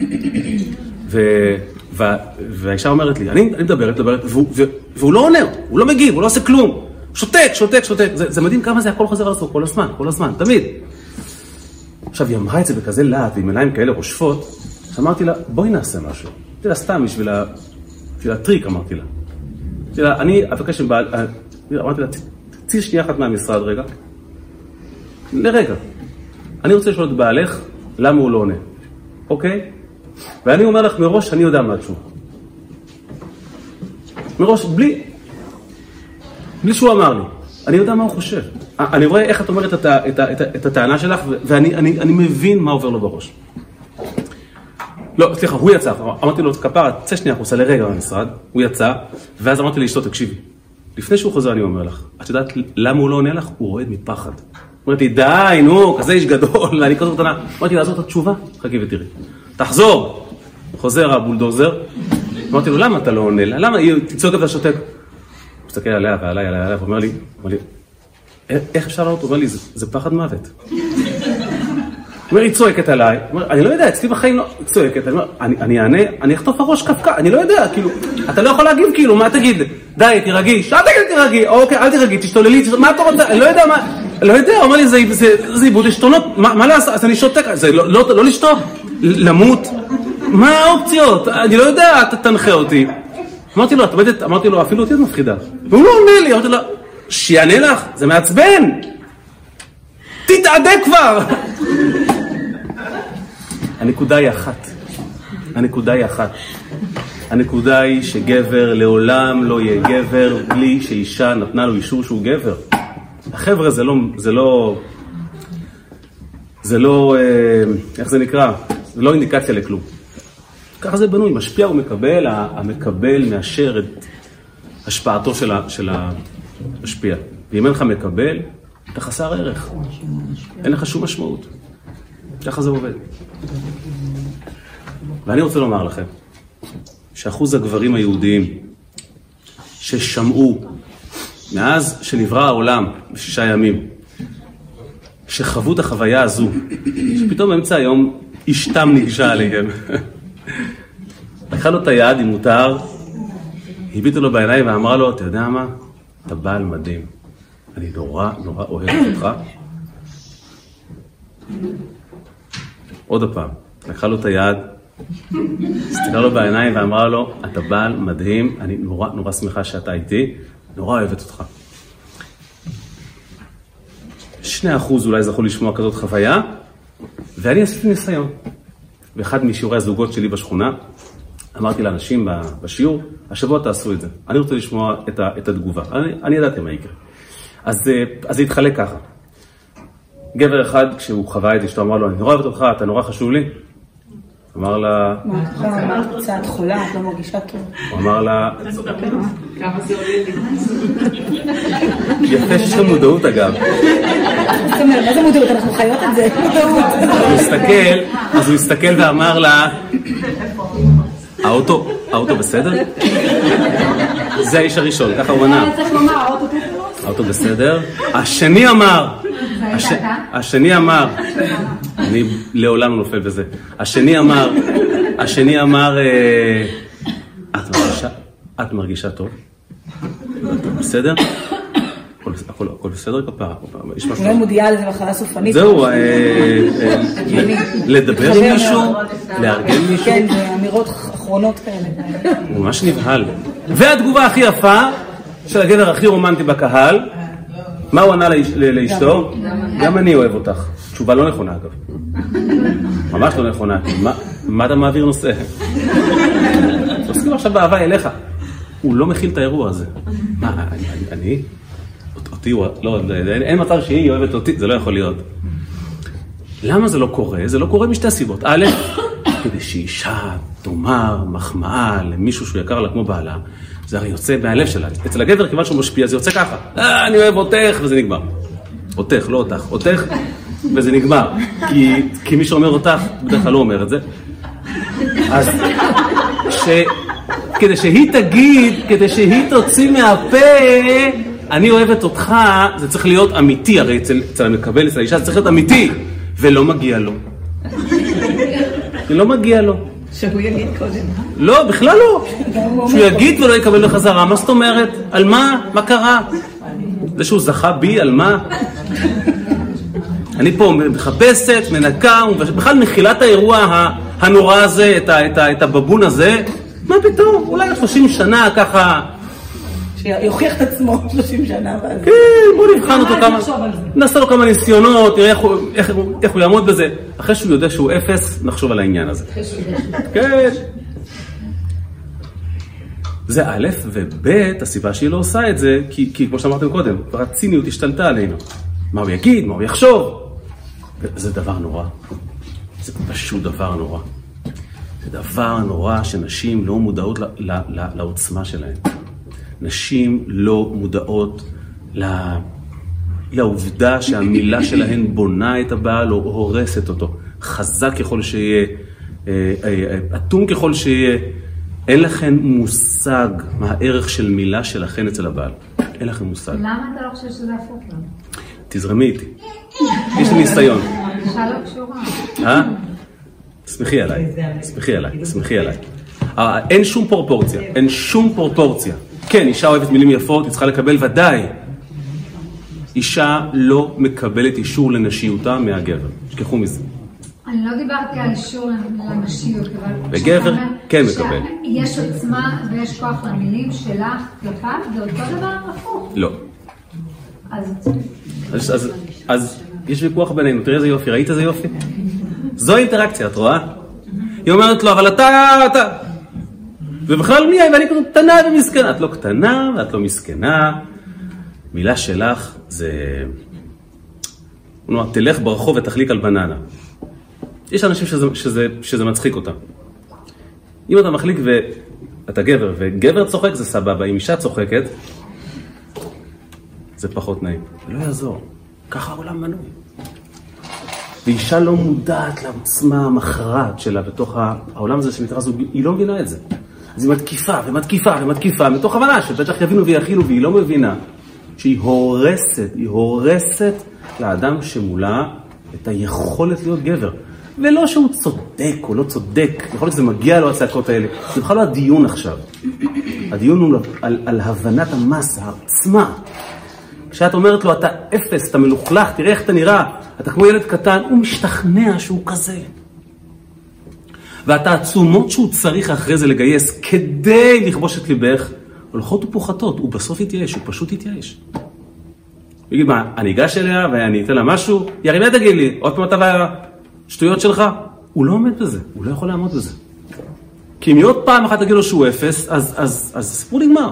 והאישה אומרת לי, אני מדברת, והוא לא עונה, הוא לא מגיב, הוא לא עושה כלום. הוא שותק. זה מדהים כמה זה הכל חוזר על עצמו, כל הזמן, תמיד. עכשיו, היא אמרה את זה בכזה לאט, ועם עיניים כאלה רושפות, אמרתי לה, בואי נעשה משהו. אמרתי לה, סתם, בשביל הטריק, אמרתי לה. אני אבקש עם בעל, אמרתי לה, תצאי שנייה אחת מהמשרד רגע. לרגע. אני רוצה לשאול את בעלך, למה הוא לא עונה. אוקיי? ואני אומר לך מראש, אני יודע מה התשובה. מראש, בלי שהוא אמר לי. אני יודע מה הוא חושב. אני רואה איך את אומרת את הטענה שלך, ואני מבין מה עובר לו בראש. לא, סליחה, הוא יצא. אמרתי לו, כפרה, צא שנייה, הוא עושה לרגע במשרד. הוא יצא, ואז אמרתי לאשתו, תקשיבי. לפני שהוא חוזר, אני אומר לך, את יודעת למה הוא לא עונה לך? הוא רועד מפחד. אמרתי, די, נו, כזה איש גדול, אני כזאת קטנה. אמרתי, לעזור את התשובה, חכי ותראי. תחזור. חוזר הבולדוזר. אמרתי לו, למה אתה לא עונה לה? למה? היא תצעוק את השותק. הוא מסתכל עליה ועליה, ואומר לי, איך אפשר לענות? הוא אומר לי, זה פחד מוות. אומר, היא צועקת עליי, אני לא יודע, אצלי בחיים לא, היא צועקת, אני אענה, אני אחטוף הראש קפקה, אני לא יודע, כאילו, אתה לא יכול להגיב, כאילו, מה תגיד? די, תירגעי, אל תגיד תירגעי, אוקיי, אל תירגעי, תשתוללי, מה אתה רוצה? אני לא יודע מה, לא יודע, אומר לי, זה איבוד עשתונות, מה לעשות? אז אני שותק, זה לא לשתוק, למות, מה האופציות? אני לא יודע, תנחה אותי. אמרתי לו, אפילו אותי את מפחידה. והוא לא עונה לי, אמרתי לו, שיענה לך, זה מעצבן. תתעדה כבר. הנקודה היא אחת. הנקודה היא שגבר לעולם לא יהיה גבר בלי שאישה נתנה לו אישור שהוא גבר. החבר'ה זה לא, איך זה נקרא? זה לא אינדיקציה לכלום. ככה זה בנוי, משפיע ומקבל, המקבל מאשר את השפעתו של המשפיע. ואם אין לך מקבל, אתה חסר ערך. אין לך שום משמעות. ככה זה עובד. ואני רוצה לומר לכם, שאחוז הגברים היהודיים ששמעו מאז שנברא העולם ב6 ימים, שחוו את החוויה הזו, שפתאום באמצע היום אשתם ניגשה עליהם. לקחה לו את היד, אם מותר, הביטה לו בעיניים ואמרה לו, אתה יודע מה? אתה בעל מדהים. אני נורא אוהבת אותך. עוד הפעם, לקחה לו את היד, הסתכלה לו בעיניים ואמרה לו, אתה בעל מדהים, אני נורא שמחה שאתה איתי, נורא אוהבת אותך. 2% אולי זכו לשמוע כזאת חוויה, ואני עשיתי ניסיון. באחד משיעורי הזוגות שלי בשכונה, אמרתי לאנשים בשיעור, השבוע תעשו את זה. אני רוצה לשמוע את התגובה. אני ידעתי מה יקרה. אז זה התחלק ככה. גבר אחד, כשהוא חווה את אשתו, אמר לו, אני נורא אוהבת אותך, אתה נורא חשוב לי. אמר לה... מה, אמרת קצת חולה, את לא מרגישה טוב. הוא אמר לה... כמה זה עולה לי. יפה שיש לך מודעות אגב. זאת אומרת, מה זה מודעות? אנחנו חיות את זה. אז הוא הסתכל ואמר לה, האוטו בסדר? זה האיש הראשון, ככה הוא ענה. האוטו בסדר. השני אמר, אני לעולם לא נופל בזה. השני אמר, את מרגישה טוב? בסדר? הכל בסדר כפרה? אני מודיעה לזה מחלה סופנית. זהו, לדבר עם מישהו? לארגן מישהו? כן, זה אמירות אחרונות כאלה. הוא ממש נבהל. והתגובה הכי יפה של הגבר הכי רומנטי בקהל, מה הוא ענה לאשתו? גם אני אוהב אותך. תשובה לא נכונה אגב. ממש לא נכונה. מה אתה מעביר נושא? תוסקים עכשיו באהבה אליך. הוא לא מכיל את האירוע הזה. מה, אני? אותי, לא, אין מצב שהיא אוהבת אותי, זה לא יכול להיות. למה זה לא קורה? זה לא קורה משתי סיבות. א', כדי שאישה תאמר מחמאה למישהו שהוא יקר לה כמו בעלה, זה הרי יוצא מהלב שלה. אצל הגבר, כיוון שהוא משפיע, זה יוצא ככה. אני אוהב אותך, וזה נגמר. אותך, לא אותך. אותך, וזה נגמר. כי מי שאומר אותך, בדרך כלל לא אומר את זה. אז כדי שהיא תגיד, כדי שהיא תוציא מהפה, אני אוהבת אותך, זה צריך להיות אמיתי. הרי אצל המקבל, אצל האישה, זה צריך להיות אמיתי. ולא מגיע לו. ולא מגיע לו. שהוא יגיד קודם. לא, בכלל לא. שהוא יגיד ולא יקבל בחזרה. מה זאת אומרת? על מה? מה קרה? זה שהוא זכה בי, על מה? אני פה מחפשת, מנקה, ובכלל מכילת האירוע הנורא הזה, את הבבון הזה, מה פתאום? אולי 30 שנה ככה... שיוכיח את עצמו 30 שנה. כן, בוא נבחן אותו כמה... נעשה לו כמה ניסיונות, נראה איך הוא יעמוד בזה. אחרי שהוא יודע שהוא אפס, נחשוב על העניין הזה. כן. זה א', וב', הסיבה שהיא לא עושה את זה, כי כמו שאמרתם קודם, כבר הציניות השתלטה עלינו. מה הוא יגיד, מה הוא יחשוב. זה דבר נורא. זה פשוט דבר נורא. זה דבר נורא שנשים לא מודעות לעוצמה שלהן. נשים לא מודעות לעובדה שהמילה שלהן בונה את הבעל או הורסת אותו. חזק ככל שיהיה, אטום ככל שיהיה, אין לכן מושג מה הערך של מילה שלכן אצל הבעל. אין לכן מושג. למה אתה לא חושב שזה הפוך לנו? תזרמי איתי. יש לי ניסיון. אישה לא קשורה. סמכי עליי. אין שום פרופורציה. כן, אישה אוהבת מילים יפות, היא צריכה לקבל ודאי. אישה לא מקבלת אישור לנשיותה מהגבר. שכחו מזה. אני לא דיברתי על אישור לנשיות, אבל... וגבר כן מקבל. יש עוצמה ויש כוח למילים שלך כלפיו, זה אותו דבר הפוך. לא. אז יש ויכוח בינינו, תראי איזה יופי, ראית איזה יופי? זו אינטראקציה, את רואה? היא אומרת לו, אבל אתה... ובכלל מי? ואני כזאת קטנה ומסכנה. את לא קטנה ואת לא מסכנה. מילה שלך זה... תלך ברחוב ותחליק על בננה. יש אנשים שזה מצחיק אותם. אם אתה מחליק ואתה גבר, וגבר צוחק זה סבבה, אם אישה צוחקת, זה פחות נעים. לא יעזור. ככה העולם מנוי. ואישה לא מודעת לעוצמה המכרעת שלה בתוך העולם הזה שנקרא זוג, היא לא מבינה את זה. אז היא מתקיפה, מתוך הבנה שבטח יבינו ויחילו, והיא לא מבינה שהיא הורסת לאדם שמולה את היכולת להיות גבר. ולא שהוא צודק או לא צודק, יכול להיות שזה מגיע לו הצעקות האלה, זה בכלל לא הדיון עכשיו. הדיון הוא על הבנת המסה, העצמה. כשאת אומרת לו, אתה אפס, אתה מלוכלך, תראה איך אתה נראה, אתה כמו ילד קטן, הוא משתכנע שהוא כזה. ואת העצומות שהוא צריך אחרי זה לגייס כדי לכבוש את ליבך, הולכות ופוחתות, הוא בסוף יתייאש, הוא פשוט יתייאש. הוא יגיד, מה, אני אגש אליה ואני אתן לה משהו, ירימה תגיד לי, עוד פעם אתה והשטויות שלך? הוא לא עומד בזה, הוא לא יכול לעמוד בזה. כי אם עוד פעם אחת תגיד לו שהוא אפס, אז הסיפור נגמר.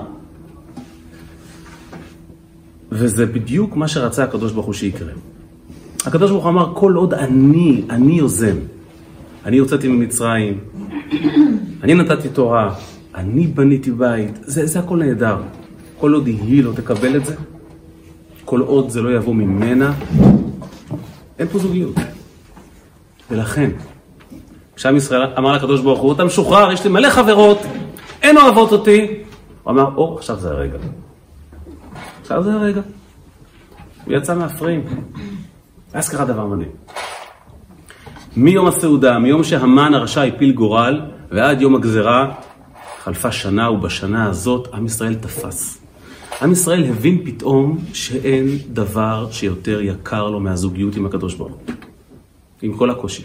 וזה בדיוק מה שרצה הקדוש ברוך הוא שיקרה. הקדוש ברוך הוא אמר, כל עוד אני יוזם, אני יוצאתי ממצרים, אני נתתי תורה, אני בניתי בית, זה הכל נהדר. כל עוד היא לא תקבל את זה, כל עוד זה לא יבוא ממנה, אין פה זוגיות. ולכן, כשעם ישראל אמר לקדוש ברוך הוא, אתה משוחרר, יש לי מלא חברות, אין אוהבות אותי, הוא אמר, עכשיו זה הרגע. עכשיו זה הרגע. הוא יצא מהפריים. אז קרה דבר מדהים. מיום הסעודה, מיום שהמן הרשע הפיל גורל, ועד יום הגזרה, חלפה שנה, ובשנה הזאת עם ישראל תפס. עם ישראל הבין פתאום שאין דבר שיותר יקר לו מהזוגיות עם הקדוש ברוך הוא. עם כל הקושי.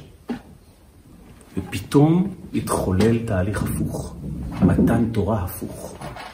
ופתאום התחולל תהליך הפוך. מתן תורה הפוך.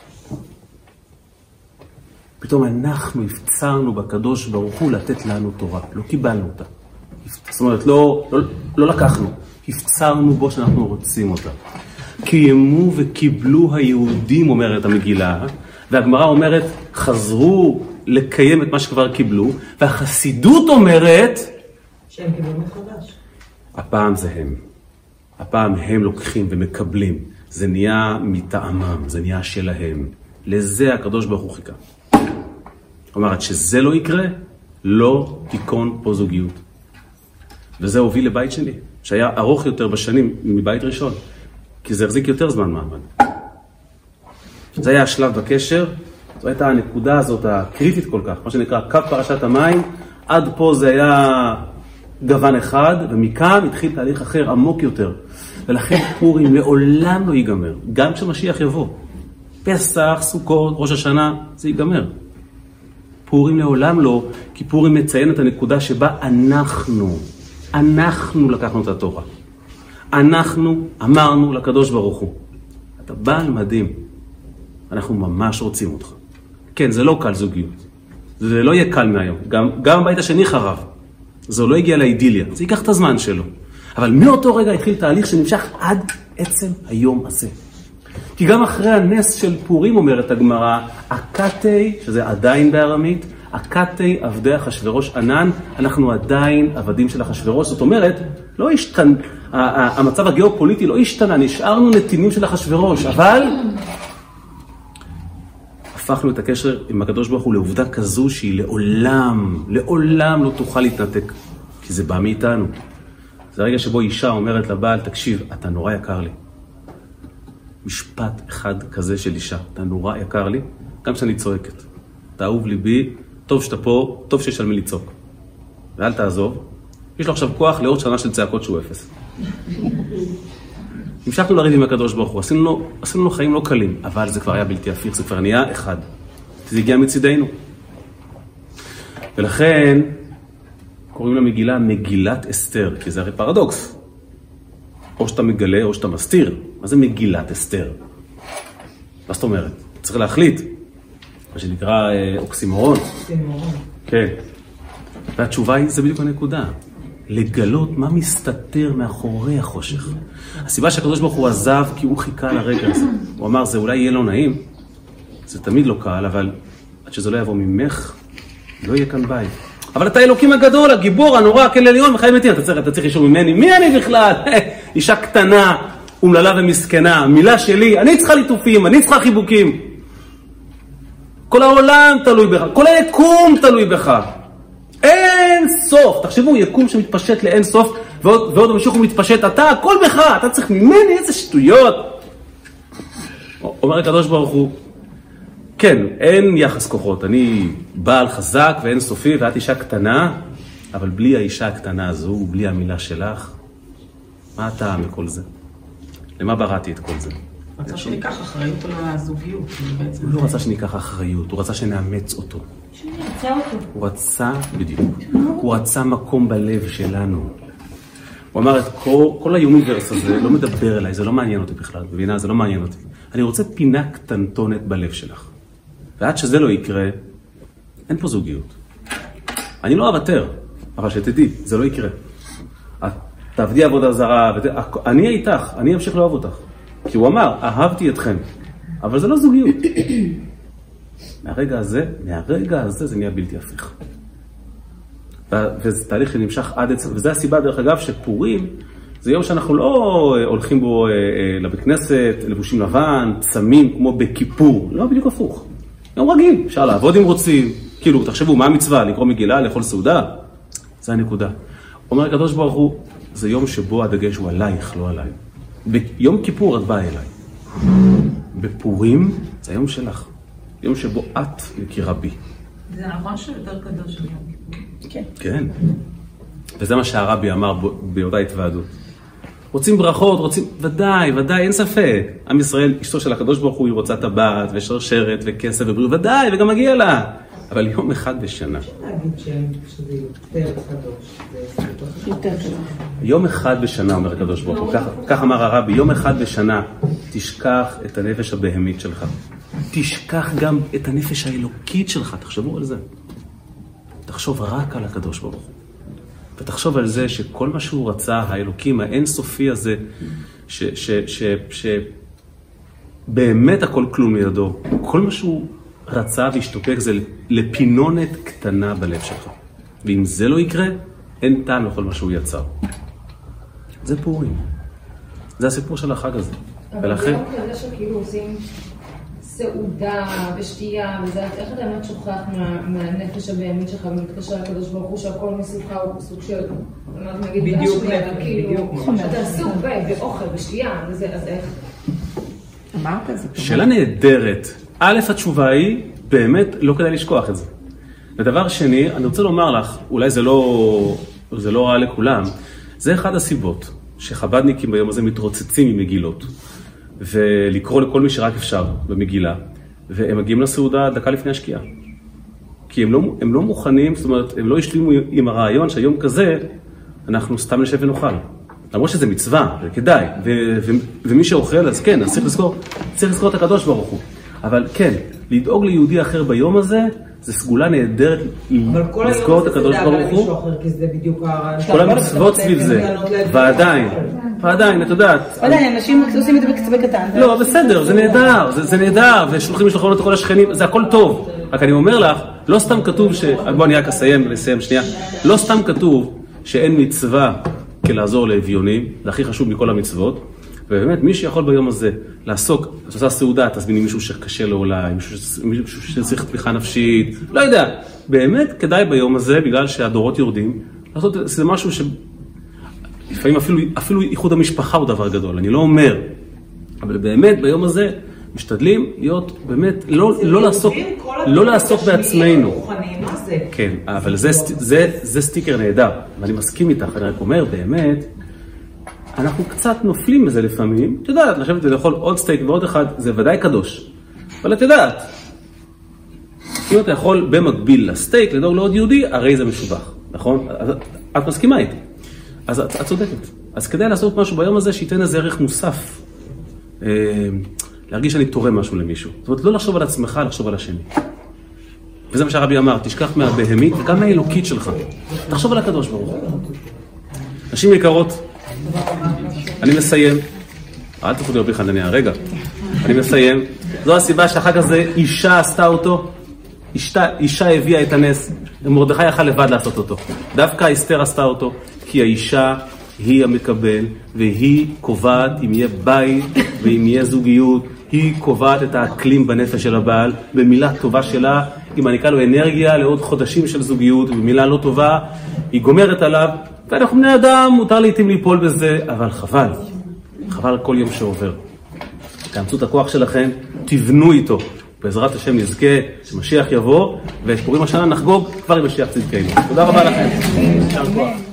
פתאום אנחנו הפצרנו בקדוש ברוך הוא לתת לנו תורה. לא קיבלנו אותה. זאת אומרת, לא לקחנו. הפצרנו בו שאנחנו רוצים אותה. קיימו וקיבלו היהודים, אומרת המגילה, והגמרא אומרת, חזרו לקיים את מה שכבר קיבלו, והחסידות אומרת, שהם קיבלו מחדש. הפעם זה הם. הפעם הם לוקחים ומקבלים. זה נהיה מטעמם, זה נהיה שלהם. לזה הקדוש ברוך הוא חיכה. אומרת שזה לא יקרה, לא תיקון פה זוגיות. וזה הוביל לבית שני, שהיה ארוך יותר בשנים מבית ראשון, כי זה החזיק יותר זמן מעמד. זה היה השלב בקשר, זו הייתה הנקודה הזאת הקריטית כל כך, מה שנקרא קו פרשת המים, עד פה זה היה גוון אחד, ומכאן התחיל תהליך אחר עמוק יותר. ולכן פורים לעולם לא ייגמר, גם כשמשיח יבוא. פסח, סוכות, ראש השנה, זה ייגמר. פורים לעולם לא, כי פורים מציין את הנקודה שבה אנחנו לקחנו את התורה. אנחנו אמרנו לקדוש ברוך הוא, אתה בעל מדהים, אנחנו ממש רוצים אותך. כן, זה לא קל זוגיות. זה לא יהיה קל מהיום. גם הבית השני חרב. זה לא הגיע לאידיליה. זה ייקח את הזמן שלו. אבל מאותו רגע התחיל תהליך שנמשך עד עצם היום הזה. כי גם אחרי הנס של פורים אומרת הגמרא, הקטי, שזה עדיין בארמית, הקטי עבדי אחשוורוש ענן, אנחנו עדיין עבדים של אחשוורוש. זאת אומרת, לא השתנה, המצב הגיאופוליטי לא השתנה, נשארנו נתינים של אחשוורוש, אבל הפכנו את הקשר עם הקדוש ברוך הוא לעובדה כזו שהיא לעולם לא תוכל להתנתק, כי זה בא מאיתנו. זה הרגע שבו אישה אומרת לבעל, תקשיב, אתה נורא יקר לי. משפט אחד כזה של אישה, אתה נורא יקר לי, גם שאני צועקת. אתה אהוב ליבי, טוב שאתה פה, טוב שיש על מי לצעוק. ואל תעזוב, יש לו עכשיו כוח לעוד שנה של צעקות שהוא אפס. המשכנו לריב עם הקדוש ברוך הוא, עשינו לו חיים לא קלים, אבל זה כבר היה בלתי הפיך, זה כבר נהיה אחד. זה הגיע מצידנו. ולכן קוראים למגילה מגילת אסתר, כי זה הרי פרדוקס. או שאתה מגלה או שאתה מסתיר. מה זה מגילת אסתר? מה זאת אומרת? צריך להחליט. מה שנקרא אוקסימורון. כן. והתשובה היא, זה בדיוק הנקודה. לגלות מה מסתתר מאחורי החושך. הסיבה שהקדוש ברוך הוא עזב, כי הוא חיכה לרגע הזה. הוא אמר, זה אולי יהיה לא נעים, זה תמיד לא קל, אבל עד שזה לא יבוא ממך, לא יהיה כאן בית. אבל אתה אלוקים הגדול, הגיבור, הנורא, כן לעליון, מחיים מתים, אתה צריך אישור ממני. מי אני בכלל? אישה קטנה, אומללה ומסכנה, מילה שלי, אני צריכה ליטופים, אני צריכה חיבוקים. כל העולם תלוי בך, כל היקום תלוי בך. אין סוף, תחשבו, יקום שמתפשט לאין סוף, ועוד המשוך הוא מתפשט, אתה, הכל בך, אתה צריך ממני, איזה שטויות. אומר הקדוש ברוך הוא, כן, אין יחס כוחות, אני בעל חזק ואין סופי, ואת אישה קטנה, אבל בלי האישה הקטנה הזו, בלי המילה שלך, מה אתה מכל זה? למה בראתי את כל זה? רצה שניקח אחריות על הזוגיות. הוא לא רצה שניקח אחריות, הוא רצה שנאמץ אותו. שנרצה אותו. הוא רצה, בדיוק, הוא רצה מקום בלב שלנו. הוא אמר את כל היוניברס הזה לא מדבר אליי, זה לא מעניין אותי בכלל, מבינה, זה לא מעניין אותי. אני רוצה פינה קטנטונת בלב שלך. ועד שזה לא יקרה, אין פה זוגיות. אני לא אוותר, אבל שתדעי, זה לא יקרה. תעבדי עבודה זרה, אני איתך, אני אמשיך לאהוב אותך. כי הוא אמר, אהבתי אתכם, אבל זה לא זוגיות. מהרגע הזה זה נהיה בלתי הפיך. וזה תהליך שנמשך עד עצם, וזה הסיבה דרך אגב שפורים, זה יום שאנחנו לא הולכים בו לבית כנסת, לבושים לבן, צמים כמו בכיפור, לא בדיוק הפוך. יום רגיל, אפשר לעבוד אם רוצים, כאילו תחשבו מה המצווה, לקרוא מגילה, לאכול סעודה, זה הנקודה. אומר הקדוש ברוך הוא, זה יום שבו הדגש הוא עלייך, לא עליי. ביום כיפור את באה אליי. בפורים זה היום שלך. יום שבו את מכירה בי. זה ממש יותר קדוש מיום כיפור. כן. כן. וזה מה שהרבי אמר באותה התוועדות. רוצים ברכות, רוצים, ודאי, אין ספק. עם ישראל, אשתו של הקדוש ברוך הוא, היא רוצה טבעת ושרשרת וכסף ובריאות, ודאי, וגם מגיע לה. אבל יום אחד בשנה. להגיד שזה יותר קדוש. יותר קדוש. יום אחד בשנה, אומר הקדוש ברוך הוא, כך אמר הרבי, יום אחד בשנה, תשכח את הנפש הבהמית שלך. תשכח גם את הנפש האלוקית שלך, תחשבו על זה. תחשוב רק על הקדוש ברוך הוא. ותחשוב על זה שכל מה שהוא רצה, האלוקים האינסופי הזה, שבאמת הכל כלום לידו, כל מה שהוא רצה והשתוקק זה לפינונת קטנה בלב שלך. ואם זה לא יקרה, אין טעם לכל מה שהוא יצר. זה פורים. זה הסיפור של החג הזה. אבל זה לא כזה שכאילו עושים סעודה ושתייה, וזה, איך אתה באמת שוכח מהנפש הבהמית שלך ומתקשר לקדוש ברוך הוא שהכל מסוכה הוא סוג של, נגיד, בדיוק, אתה עסוק באוכל, בשתייה, אז איך? אמרת את זה. שאלה נהדרת. א', התשובה היא, באמת לא כדאי לשכוח את זה. ודבר שני, אני רוצה לומר לך, אולי זה לא רע לכולם, זה אחד הסיבות שחבדניקים ביום הזה מתרוצצים עם מגילות, ולקרוא לכל מי שרק אפשר במגילה, והם מגיעים לסעודה דקה לפני השקיעה. כי הם לא מוכנים, זאת אומרת, הם לא השלימו עם הרעיון שהיום כזה אנחנו סתם נשב ונאכל. למרות שזה מצווה, זה כדאי, ומי שאוכל, אז כן, אז צריך לזכור את הקדוש ברוך הוא. אבל כן, לדאוג ליהודי אחר ביום הזה, זה סגולה נהדרת לזכור את הקדוש ברוך הוא. כל המצוות סביב זה, ועדיין, את יודעת. עדיין, אנשים עושים את זה בקטן. לא, בסדר, זה נהדר, ושולחים לשלחונות את כל השכנים, זה הכל טוב. רק אני אומר לך, לא סתם כתוב בוא אני רק לסיים שנייה, לא סתם כתוב שאין מצווה כלעזור לאביונים, זה הכי חשוב מכל המצוות. ובאמת, מי שיכול ביום הזה לעסוק, את עושה סעודה, תזמיני מישהו שקשה לו אולי, מישהו שצריך תמיכה נפשית, לא יודע. באמת כדאי ביום הזה, בגלל שהדורות יורדים, לעשות זה משהו לפעמים אפילו איחוד המשפחה הוא דבר גדול, אני לא אומר. אבל באמת ביום הזה משתדלים להיות, באמת, לא לעסוק בעצמנו. זה. כן, אבל זה סטיקר נהדר, ואני מסכים איתך, אני רק אומר, באמת, אנחנו קצת נופלים בזה לפעמים, את יודעת, לשבת ולאכול עוד סטייק ועוד אחד, זה ודאי קדוש, אבל את יודעת, אם אתה יכול במקביל לסטייק, לדאוג לעוד יהודי, הרי זה משובח, נכון? את מסכימה איתי, אז את צודקת, אז כדאי לעשות משהו ביום הזה, שייתן איזה ערך מוסף, להרגיש שאני תורם משהו למישהו, זאת אומרת, לא לחשוב על עצמך, לחשוב על השני. וזה מה שהרבי אמר, תשכח מהבהמית וגם מהאלוקית שלך. תחשוב על הקדוש ברוך הוא. נשים יקרות, אני מסיים. אל תפודי רבי חנניה, רגע. אני מסיים. זו הסיבה שהחג הזה אישה עשתה אותו. אישה הביאה את הנס. מרדכי יכל לבד לעשות אותו. דווקא אסתר עשתה אותו, כי האישה היא המקבל, והיא קובעת אם יהיה בית ואם יהיה זוגיות. היא קובעת את האקלים בנפש של הבעל, במילה טובה שלה, היא מעניקה לו אנרגיה לעוד חודשים של זוגיות, ובמילה לא טובה, היא גומרת עליו, ואנחנו בני אדם, מותר לעתים ליפול בזה, אבל חבל כל יום שעובר. תאמצו את הכוח שלכם, תבנו איתו, בעזרת השם נזכה שמשיח יבוא, ושפורים השנה נחגוג כבר עם משיח צדקנו. תודה רבה לכם.